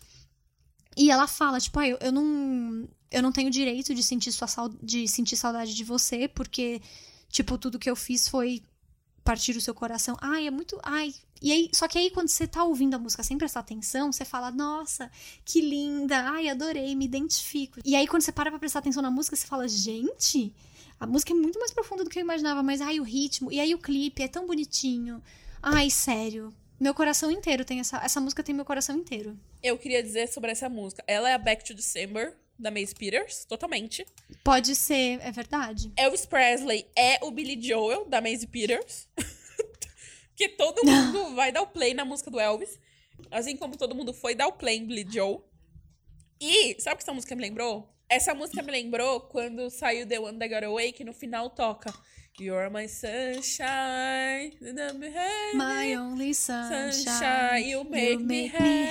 E ela fala, tipo, eu não tenho direito de sentir saudade de você, porque, tipo, tudo que eu fiz foi partir o seu coração. É muito... E aí, só que aí, quando você tá ouvindo a música sem prestar atenção, você fala, nossa, que linda, adorei, me identifico. E aí, quando você para pra prestar atenção na música, você fala, gente, a música é muito mais profunda do que eu imaginava, mas, o ritmo, e aí o clipe é tão bonitinho. Sério, meu coração inteiro tem essa música tem meu coração inteiro. Eu queria dizer sobre essa música. Ela é a Back to December, da Maisie Peters, totalmente. Pode ser, é verdade. Elvis Presley é o Billy Joel, da Maisie Peters. Porque todo mundo vai dar o play na música do Elvis. Assim como todo mundo foi dar o play em Billy Joel. E, sabe o que essa música me lembrou? Essa música me lembrou quando saiu The One That Got Away, que no final toca You're my sunshine, my only sunshine, you make me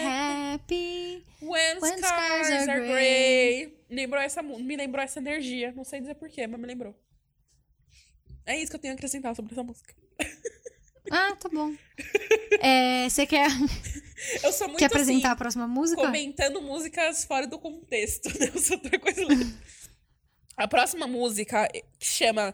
happy when skies are gray. Me lembrou essa energia. Não sei dizer porquê, mas me lembrou. É isso que eu tenho a acrescentar sobre essa música. Tá bom. Você quer... Eu sou muito Quer apresentar assim, a próxima música? Comentando músicas fora do contexto, né? Eu sou outra coisa. A próxima música que chama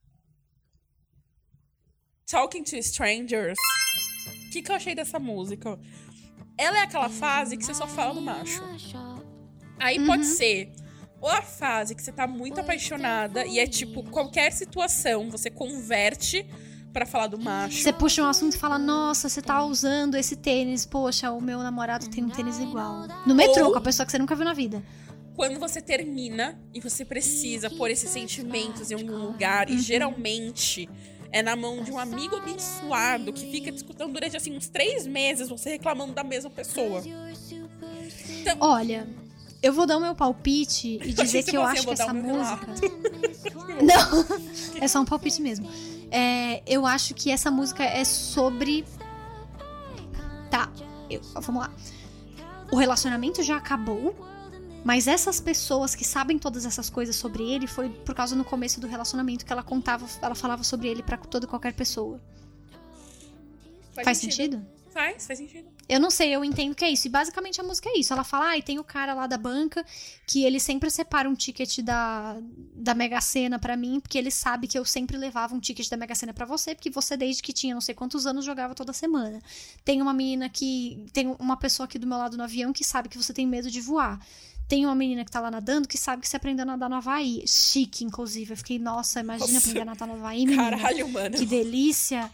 Talking to Strangers. O que eu achei dessa música? Ela é aquela fase que você só fala do macho. Aí pode ser ou a fase que você tá muito apaixonada e é tipo, qualquer situação você converte pra falar do macho. Você puxa um assunto e fala, nossa, você tá usando esse tênis. Poxa, o meu namorado tem um tênis igual. No metrô, com a pessoa que você nunca viu na vida. Quando você termina e você precisa pôr esses sentimentos em algum lugar, e geralmente é na mão de um amigo abençoado que fica te escutando durante, assim, uns 3 meses, você reclamando da mesma pessoa. Então, olha, eu vou dar o meu palpite e dizer que eu acho que essa música... Não, é só um palpite mesmo. Eu acho que essa música é sobre... Tá, vamos lá. O relacionamento já acabou, mas essas pessoas que sabem todas essas coisas sobre ele foi por causa no começo do relacionamento que ela falava sobre ele pra toda e qualquer pessoa. Faz sentido? Faz sentido. Eu não sei, eu entendo que é isso. E basicamente a música é isso. Ela fala, e tem o cara lá da banca que ele sempre separa um ticket da Mega Sena pra mim, porque ele sabe que eu sempre levava um ticket da Mega Sena pra você, porque você desde que tinha não sei quantos anos jogava toda semana. Tem uma pessoa aqui do meu lado no avião que sabe que você tem medo de voar. Tem uma menina que tá lá nadando que sabe que você aprendeu a nadar no Havaí. Chique, inclusive. Eu fiquei, nossa, imagina aprender a nadar no Havaí, menina. Caralho, mano. Que delícia.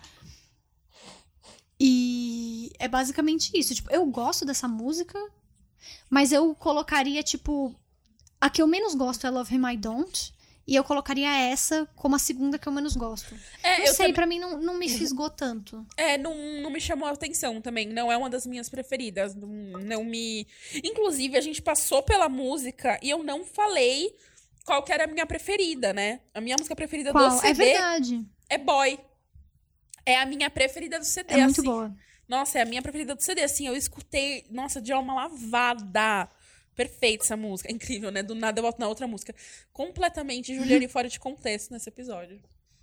E é basicamente isso. Tipo, eu gosto dessa música, mas eu colocaria, tipo... A que eu menos gosto é Love Him I Don't. E eu colocaria essa como a segunda que eu menos gosto. Não sei, pra mim não me fisgou tanto. Não me chamou a atenção também. Não é uma das minhas preferidas. Não me... Inclusive, a gente passou pela música e eu não falei qual que era a minha preferida, né? A minha música preferida Qual? do CD... É verdade. É Boy. É a minha preferida do CD, É muito assim. boa. Nossa, é a minha preferida do CD, assim. Eu escutei, nossa, de alma lavada. Perfeita essa música. É incrível, né? Do nada eu volto na outra música. Completamente Juliane fora de contexto nesse episódio.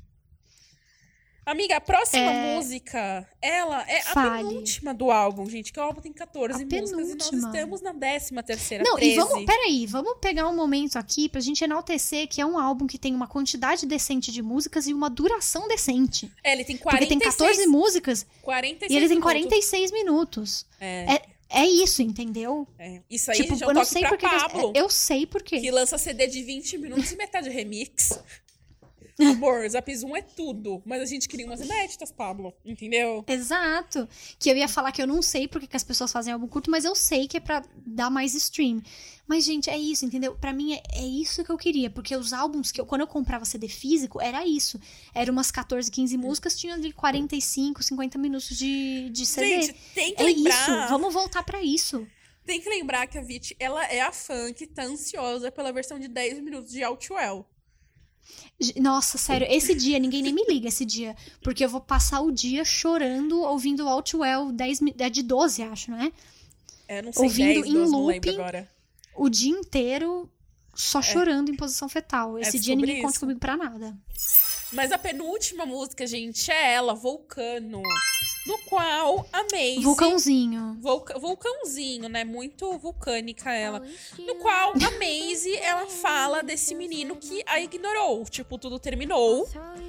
Amiga, a próxima música, ela é a penúltima do álbum, gente. Que o álbum tem 14 músicas e nós estamos na 13ª, Não, 13. E vamos pegar um momento aqui pra gente enaltecer que é um álbum que tem uma quantidade decente de músicas e uma duração decente. Ele tem 46... Porque tem 14 músicas 46 e ele tem minutos. 46 minutos. É isso, entendeu? Isso aí, tipo, gente, eu não sei porque Pablo, eu sei porque. Que lança CD de 20 minutos e metade remix. Amor, Zap Zoom é tudo. Mas a gente queria umas inéditas, Pablo. Entendeu? Exato. Que eu ia falar que eu não sei porque que as pessoas fazem álbum curto, mas eu sei que é pra dar mais stream. Mas, gente, é isso, entendeu? Pra mim, é isso que eu queria. Porque os álbuns, quando eu comprava CD físico, era isso. Era umas 14, 15 músicas, tinha ali 45, 50 minutos de CD. Gente, tem que lembrar... isso, vamos voltar pra isso. Tem que lembrar que a Vit, ela é a fã que tá ansiosa pela versão de 10 minutos de Outwell. Nossa, sério, esse dia, ninguém nem me liga esse dia. Porque eu vou passar o dia chorando, ouvindo Outwell de 12, acho, não é? Não sei, ouvindo 10, em 12, looping, não lembro agora. O dia inteiro só chorando em posição fetal. Esse dia ninguém conta comigo pra nada. Mas a penúltima música, gente, é ela, Vulcano. No qual a Maisie... Vulcãozinho. Vulcãozinho, né? Muito vulcânica ela. No qual a Maisie, ela fala desse menino que a ignorou. Tipo, tudo terminou.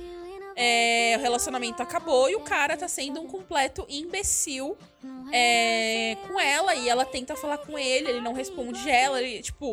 O relacionamento acabou e o cara tá sendo um completo imbecil com ela. E ela tenta falar com ele não responde ela. Ele, tipo...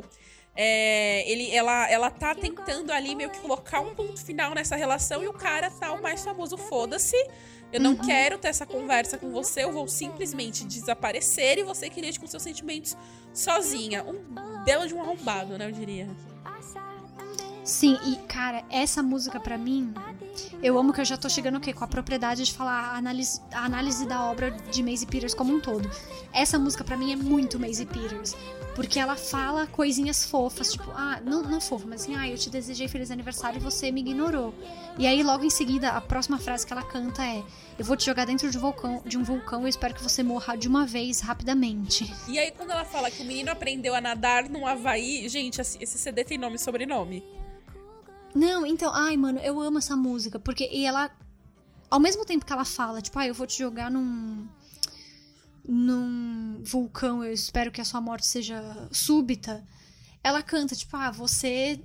ela tá tentando ali meio que colocar um ponto final nessa relação e o cara tá o mais famoso foda-se. Eu não quero ter essa conversa com você, eu vou simplesmente desaparecer e você que lide com seus sentimentos sozinha. Um belo de um arrombado, né, eu diria. Sim, e cara, essa música pra mim, eu amo que eu já tô chegando o quê? Com a propriedade de falar a análise da obra de Maisie Peters como um todo. Essa música pra mim é muito Maisie Peters. Porque ela fala coisinhas fofas, tipo, não fofa, mas assim, eu te desejei feliz aniversário e você me ignorou. E aí, logo em seguida, a próxima frase que ela canta é: eu vou te jogar dentro de um vulcão e espero que você morra de uma vez, rapidamente. E aí, quando ela fala que o menino aprendeu a nadar no Havaí, gente, esse CD tem nome e sobrenome. Não, então, mano, eu amo essa música, porque ela, ao mesmo tempo que ela fala, tipo, eu vou te jogar num vulcão, eu espero que a sua morte seja súbita, ela canta, tipo, você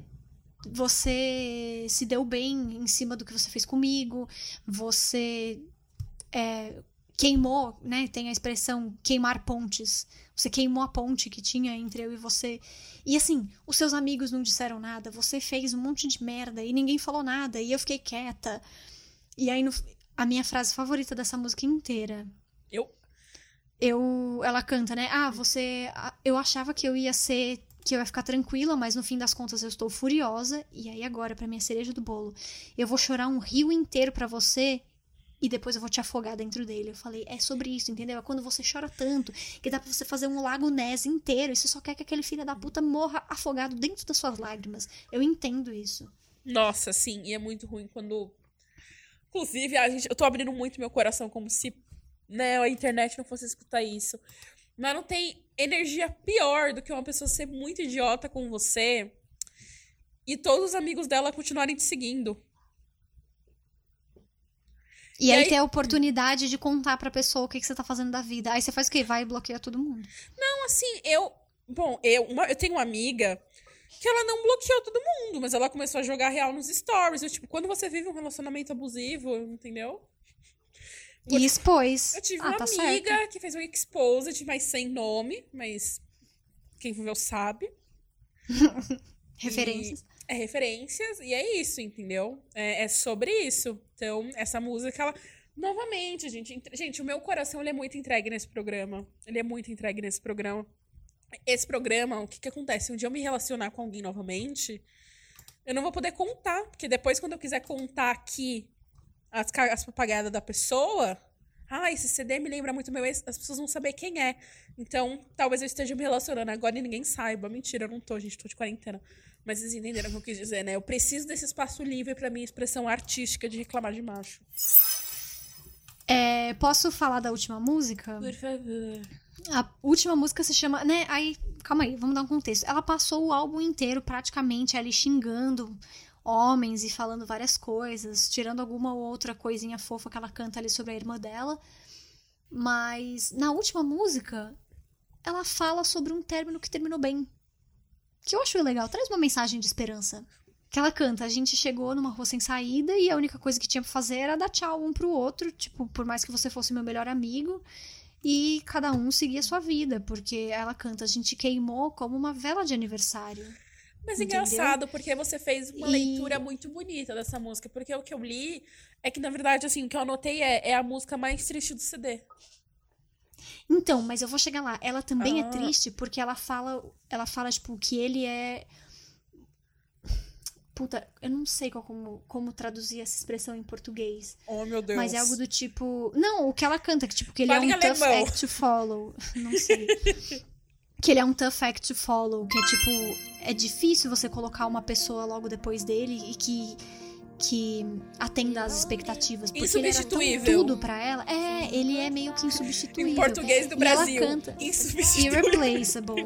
se deu bem em cima do que você fez comigo, você queimou, né, tem a expressão queimar pontes, você queimou a ponte que tinha entre eu e você, e assim, os seus amigos não disseram nada, você fez um monte de merda e ninguém falou nada, e eu fiquei quieta, e aí A minha frase favorita dessa música inteira. Eu? Ela canta, né? Eu achava que eu ia ficar tranquila, mas no fim das contas eu estou furiosa. E aí agora, pra minha cereja do bolo, eu vou chorar um rio inteiro pra você e depois eu vou te afogar dentro dele. Eu falei, é sobre isso, entendeu? É quando você chora tanto que dá pra você fazer um lago Ness inteiro e você só quer que aquele filho da puta morra afogado dentro das suas lágrimas. Eu entendo isso. Nossa, sim. E é muito ruim quando... Inclusive, eu tô abrindo muito meu coração como se, né, a internet não fosse escutar isso. Mas não tem energia pior do que uma pessoa ser muito idiota com você e todos os amigos dela continuarem te seguindo. E aí ter a oportunidade de contar pra pessoa o que você tá fazendo da vida. Aí você faz o quê? Vai e bloqueia todo mundo. Não, assim, eu tenho uma amiga que ela não bloqueou todo mundo, mas ela começou a jogar real nos stories. Tipo, quando você vive um relacionamento abusivo, entendeu? E expôs. Eu tive uma amiga que fez um exposed, mas sem nome, mas quem viveu sabe. Referências. Referências, e é isso, entendeu? É sobre isso. Então, essa música, ela... Novamente, gente, o meu coração, ele é muito entregue nesse programa. Ele é muito entregue nesse programa. Esse programa, o que acontece? Um dia eu me relacionar com alguém novamente, eu não vou poder contar, porque depois, quando eu quiser contar aqui as propagadas da pessoa, esse CD me lembra muito meu ex, as pessoas vão saber quem é. Então, talvez eu esteja me relacionando agora e ninguém saiba. Mentira, eu não tô, gente, tô de quarentena. Mas vocês entenderam o que eu quis dizer, né? Eu preciso desse espaço livre pra minha expressão artística de reclamar de macho. Posso falar da última música? Por favor. A última música se chama... né? Calma aí, vamos dar um contexto. Ela passou o álbum inteiro, praticamente, ali xingando homens e falando várias coisas, tirando alguma ou outra coisinha fofa que ela canta ali sobre a irmã dela. Mas na última música, ela fala sobre um término que terminou bem. Que eu acho legal, traz uma mensagem de esperança. Que ela canta, a gente chegou numa rua sem saída e a única coisa que tinha pra fazer era dar tchau um pro outro, tipo, por mais que você fosse meu melhor amigo, e cada um seguia a sua vida, porque ela canta, a gente queimou como uma vela de aniversário. Mas engraçado, porque você fez uma leitura muito bonita dessa música, porque o que eu li é que, na verdade, assim, o que eu anotei é a música mais triste do CD. Então, mas eu vou chegar lá. Ela também é triste porque ela fala, tipo, que ele é... Puta, eu não sei como traduzir essa expressão em português. Oh, meu Deus. Mas é algo do tipo... Não, o que ela canta, que tipo, que ele é um tough act to follow. Não sei. Que ele é um tough act to follow, que é tipo... É difícil você colocar uma pessoa logo depois dele e que atenda às expectativas. Porque insubstituível. Ele era tão tudo pra ela. Ele é meio que insubstituível. Em português do Brasil. Ela canta Irreplaceable.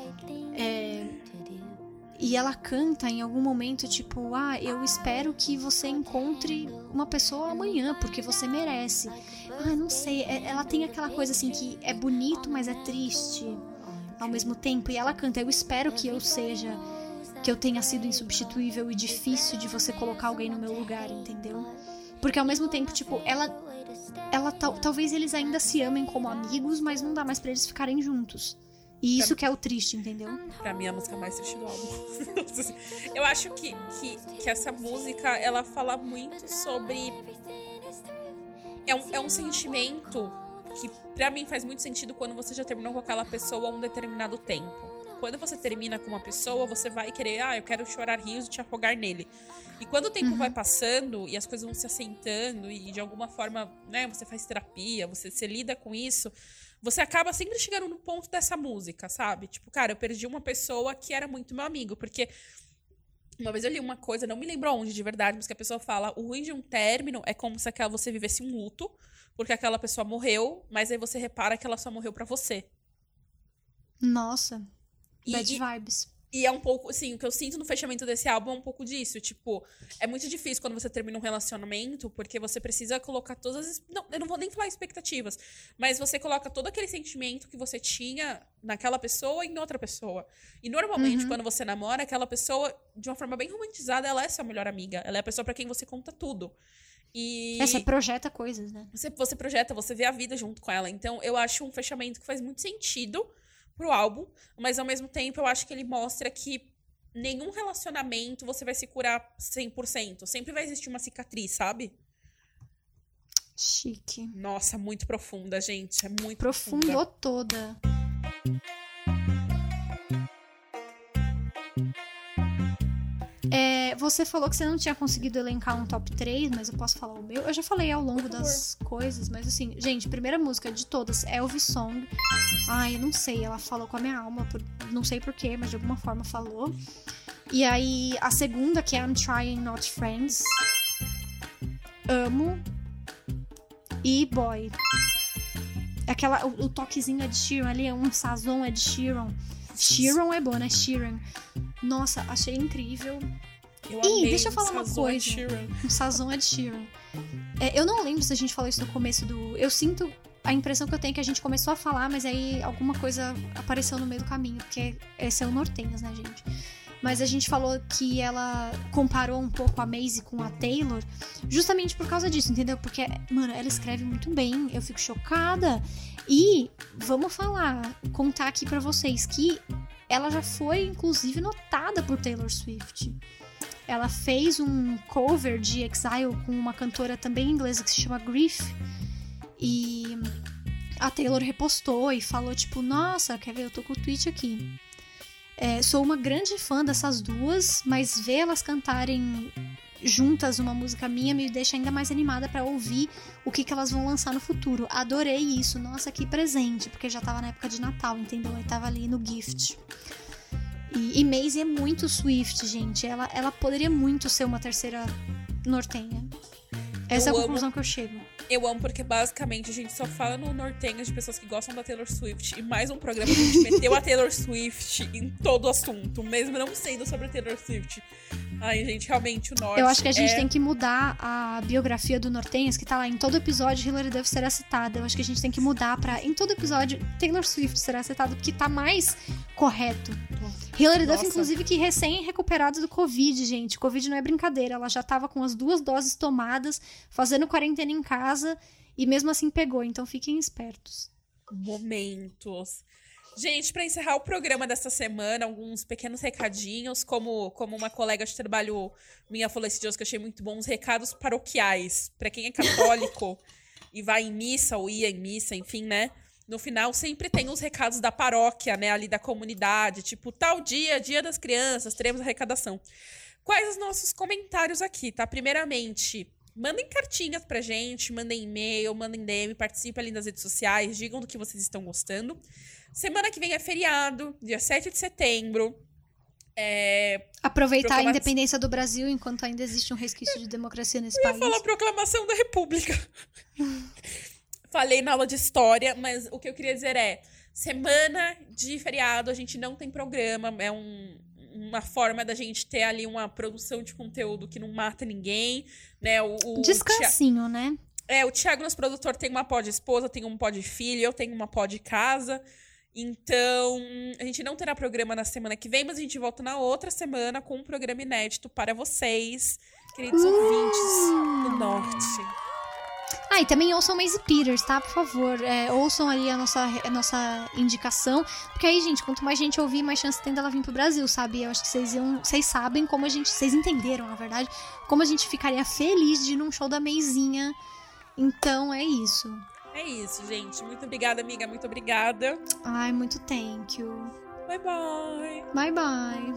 E ela canta em algum momento, tipo, eu espero que você encontre uma pessoa amanhã, porque você merece. Não sei, ela tem aquela coisa assim que é bonito, mas é triste ao mesmo tempo. E ela canta, eu espero que eu tenha sido insubstituível e difícil de você colocar alguém no meu lugar, entendeu? Porque ao mesmo tempo, tipo, talvez eles ainda se amem como amigos, mas não dá mais pra eles ficarem juntos. E isso que é o triste, entendeu? Pra mim, a música mais triste do álbum. Eu acho que essa música, ela fala muito sobre... É um sentimento que pra mim faz muito sentido quando você já terminou com aquela pessoa há um determinado tempo. Quando você termina com uma pessoa, você vai querer, eu quero chorar rios e te afogar nele. E quando o tempo vai passando e as coisas vão se assentando e de alguma forma, né, você faz terapia, você se lida com isso, você acaba sempre chegando no ponto dessa música, sabe? Tipo, cara, eu perdi uma pessoa que era muito meu amigo, porque uma vez eu li uma coisa, não me lembro onde de verdade, mas que a pessoa fala, o ruim de um término é como se você vivesse um luto, porque aquela pessoa morreu, mas aí você repara que ela só morreu pra você. Nossa, bad vibes. E é um pouco, assim, o que eu sinto no fechamento desse álbum é um pouco disso. Tipo, é muito difícil quando você termina um relacionamento, porque você precisa colocar todas as... Não, eu não vou nem falar expectativas, mas você coloca todo aquele sentimento que você tinha naquela pessoa em outra pessoa. E normalmente, quando você namora, aquela pessoa, de uma forma bem romantizada, ela é sua melhor amiga. Ela é a pessoa pra quem você conta tudo. E... Você projeta coisas, né? Você projeta, você vê a vida junto com ela. Então, eu acho um fechamento que faz muito sentido pro álbum, mas ao mesmo tempo eu acho que ele mostra que nenhum relacionamento você vai se curar 100%. Sempre vai existir uma cicatriz, sabe? Chique. Nossa, muito profunda, gente. É muito Profundou profunda. toda. Você falou que você não tinha conseguido elencar um top 3, mas eu posso falar o meu. Eu já falei ao longo das coisas, mas assim, gente, primeira música de todas, Elvis Song. Ai, eu não sei, ela falou com a minha alma, não sei porquê, mas de alguma forma falou. E aí, a segunda, que é I'm Trying Not Friends. Amo. E Boy. O toquezinho Ed Sheeran ali, um sazon Ed Sheeran. Sheeran é bom, né? Sheeran. Nossa, achei incrível. Deixa eu falar uma coisa. Um sazon Ed Sheeran. Eu não lembro se a gente falou isso no começo do... Eu sinto... A impressão que eu tenho é que a gente começou a falar, mas aí alguma coisa apareceu no meio do caminho. Porque esse é o Nortenhas, né, gente? Mas a gente falou que ela comparou um pouco a Maisie com a Taylor justamente por causa disso, entendeu? Porque, mano, ela escreve muito bem, eu fico chocada. E vamos contar aqui pra vocês que ela já foi, inclusive, notada por Taylor Swift. Ela fez um cover de Exile com uma cantora também inglesa que se chama Griff. E a Taylor repostou e falou, tipo, nossa, quer ver? Eu tô com o tweet aqui. Sou uma grande fã dessas duas, mas ver elas cantarem juntas uma música minha me deixa ainda mais animada pra ouvir o que elas vão lançar no futuro. Adorei isso, nossa, que presente, porque já tava na época de Natal, entendeu? Aí tava ali no gift. E Maisie é muito Swift, gente. Ela poderia muito ser uma terceira Nortenha. Essa é a conclusão que eu chego. Eu amo porque basicamente a gente só fala no Nortenhas de pessoas que gostam da Taylor Swift. E mais um programa que a gente meteu a Taylor Swift em todo o assunto, mesmo não sendo sobre a Taylor Swift. Ai, gente, realmente o Norte. Eu acho que a gente tem que mudar a biografia do Nortenhas, que tá lá, em todo episódio Hilary Duff será citada. Eu acho que a gente tem que mudar pra, em todo episódio, Taylor Swift será citada, porque tá mais correto. Hilary Duff, inclusive, que recém-recuperada do Covid, gente. Covid não é brincadeira. Ela já tava com as 2 doses tomadas, fazendo quarentena em casa, e mesmo assim pegou. Então fiquem espertos. Momentos. Gente, pra encerrar o programa dessa semana, alguns pequenos recadinhos, como uma colega de trabalho minha falou esse dia, que eu achei muito bom, os recados paroquiais. Pra quem é católico e vai em missa, ou ia em missa, enfim, né? No final sempre tem os recados da paróquia, né? Ali da comunidade, tipo, tal dia, dia das crianças, teremos arrecadação. Quais os nossos comentários aqui, tá? Primeiramente, mandem cartinhas pra gente, mandem e-mail, mandem DM, participem ali nas redes sociais, digam do que vocês estão gostando. Semana que vem é feriado, dia 7 de setembro. Aproveitar a independência do Brasil enquanto ainda existe um resquício de democracia nesse país. Eu ia falar proclamação da República. Falei na aula de história, mas o que eu queria dizer é, semana de feriado, a gente não tem programa, é uma forma da gente ter ali uma produção de conteúdo que não mata ninguém, né? Descansinho, né? O Thiago, nosso produtor, tem uma pod esposa, tem um pod filho, eu tenho uma pod casa. Então, a gente não terá programa na semana que vem, mas a gente volta na outra semana com um programa inédito para vocês, queridos ouvintes do Norte. E também ouçam Maisie Peters, tá? Por favor, ouçam ali a nossa indicação, porque aí, gente, quanto mais gente ouvir, mais chance tem dela vir pro Brasil, sabe? Eu acho que vocês sabem como vocês entenderam, na verdade, como a gente ficaria feliz de ir num show da Maisinha. Então, é isso. É isso, gente. Muito obrigada, amiga. Muito obrigada. Ai, muito thank you. Bye, bye. Bye, bye.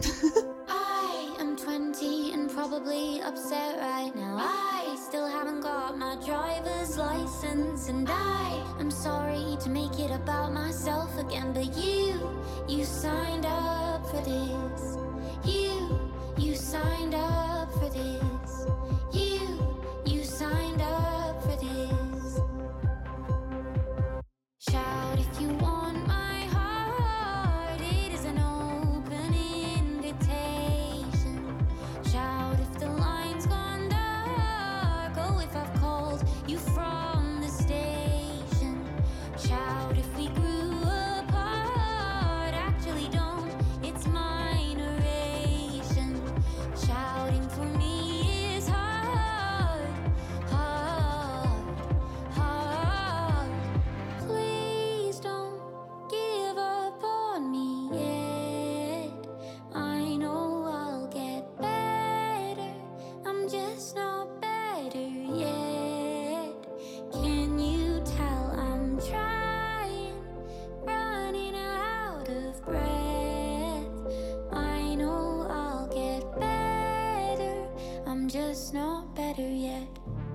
I am 20 and probably upset right now. I still haven't got my driver's license, and I am sorry to make it about myself again, but you signed up for this. You signed up for this. You signed up for this. Shout if you want my heart, it is an open invitation. Shout if the line's gone dark, oh if I've called you from the station. Shout if we grew apart, actually don't, it's mine erasure. Shouting for me it's not better yet.